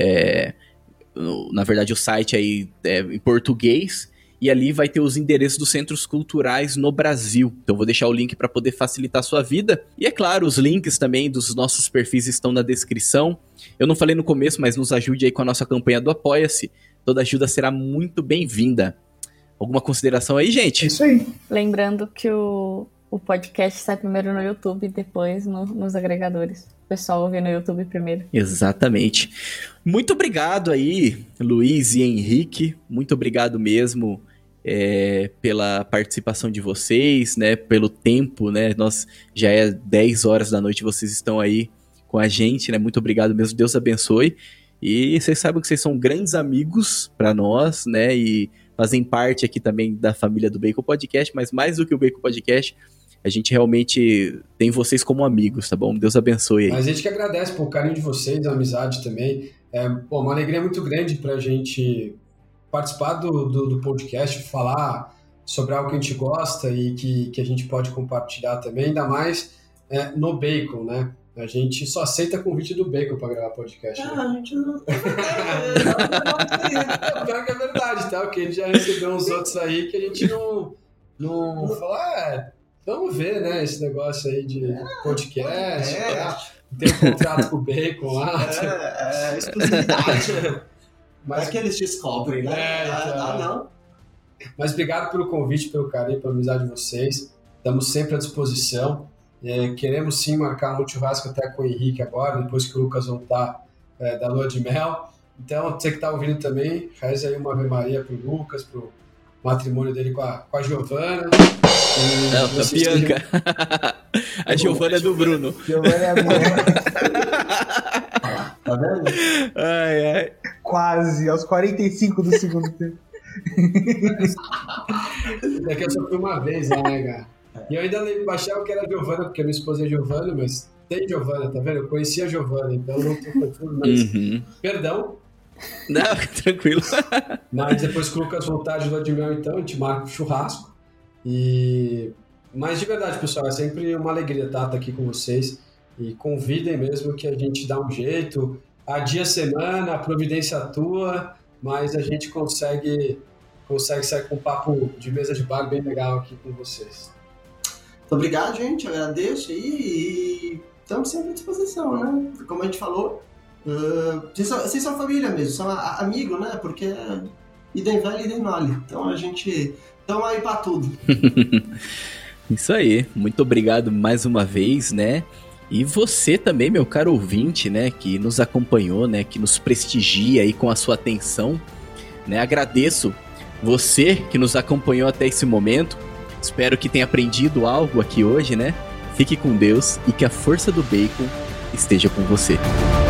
Na verdade o site aí é em português. E ali vai ter os endereços dos centros culturais no Brasil. Então vou deixar o link para poder facilitar a sua vida. E é claro, os links também dos nossos perfis estão na descrição. Eu não falei no começo, mas nos ajude aí com a nossa campanha do Apoia-se. Toda ajuda será muito bem-vinda. Alguma consideração aí, gente? Isso aí. Lembrando que o podcast sai primeiro no YouTube e depois nos agregadores. O pessoal ouve no YouTube primeiro. Exatamente. Muito obrigado aí, Luiz e Henrique. Muito obrigado mesmo pela participação de vocês, né? Pelo tempo, né? Já é 10 horas da noite, vocês estão aí com a gente, né? Muito obrigado mesmo. Deus abençoe. E vocês sabem que vocês são grandes amigos para nós, né? E fazem parte aqui também da família do Bacon Podcast, mas mais do que o Bacon Podcast, a gente realmente tem vocês como amigos, tá bom? Deus abençoe aí. Mas a gente que agradece por carinho de vocês, a amizade também. Uma alegria muito grande pra gente participar do podcast, falar sobre algo que a gente gosta e que a gente pode compartilhar também, ainda mais no Bacon, né? A gente só aceita convite do Bacon pra gravar podcast. Né? A gente não... Pior que é verdade, tá? Porque a gente já recebeu uns outros aí que a gente não fala, vamos ver, né, esse negócio aí de podcast. Tem um contrato com o Bacon lá. Exclusividade. Mas é que eles descobrem, né? Então. Não. Mas obrigado pelo convite, pelo carinho, pela amizade de vocês. Estamos sempre à disposição. Queremos sim marcar um churrasco até com o Henrique agora, depois que o Lucas voltar da lua de mel. Então, você que está ouvindo também, faz aí uma Ave Maria pro Lucas, pro matrimônio dele com a Giovana. Não, a Bianca. A Giovana é do Bruno. Giovana é a minha. Tá vendo? Ai. Quase, aos 45 do segundo tempo. Daqui eu só fui uma vez lá, né, cara? E eu ainda achava que era Giovana, porque minha esposa é Giovana, mas tem Giovana, tá vendo? Eu conhecia a Giovana, então não tô confuso, mas... Perdão. Não, tranquilo. Mas depois que o Lucas voltar de lua de mel, então, a gente marca o churrasco. Mas de verdade, pessoal, é sempre uma alegria estar aqui com vocês. E convidem mesmo que a gente dá um jeito. Adia a semana, a providência atua, mas a gente consegue sair com um papo de mesa de bar bem legal aqui com vocês. Muito obrigado, gente. Agradeço e estamos sempre à disposição, né? Como a gente falou, vocês são família mesmo, são amigos, né? Porque idem velho e idem mole. Então a gente estamos aí pra tudo. Isso aí. Muito obrigado mais uma vez, né? E você também, meu caro ouvinte, né? Que nos acompanhou, né? Que nos prestigia aí com a sua atenção, né? Agradeço você que nos acompanhou até esse momento. Espero que tenha aprendido algo aqui hoje, né? Fique com Deus e que a força do Bacon esteja com você.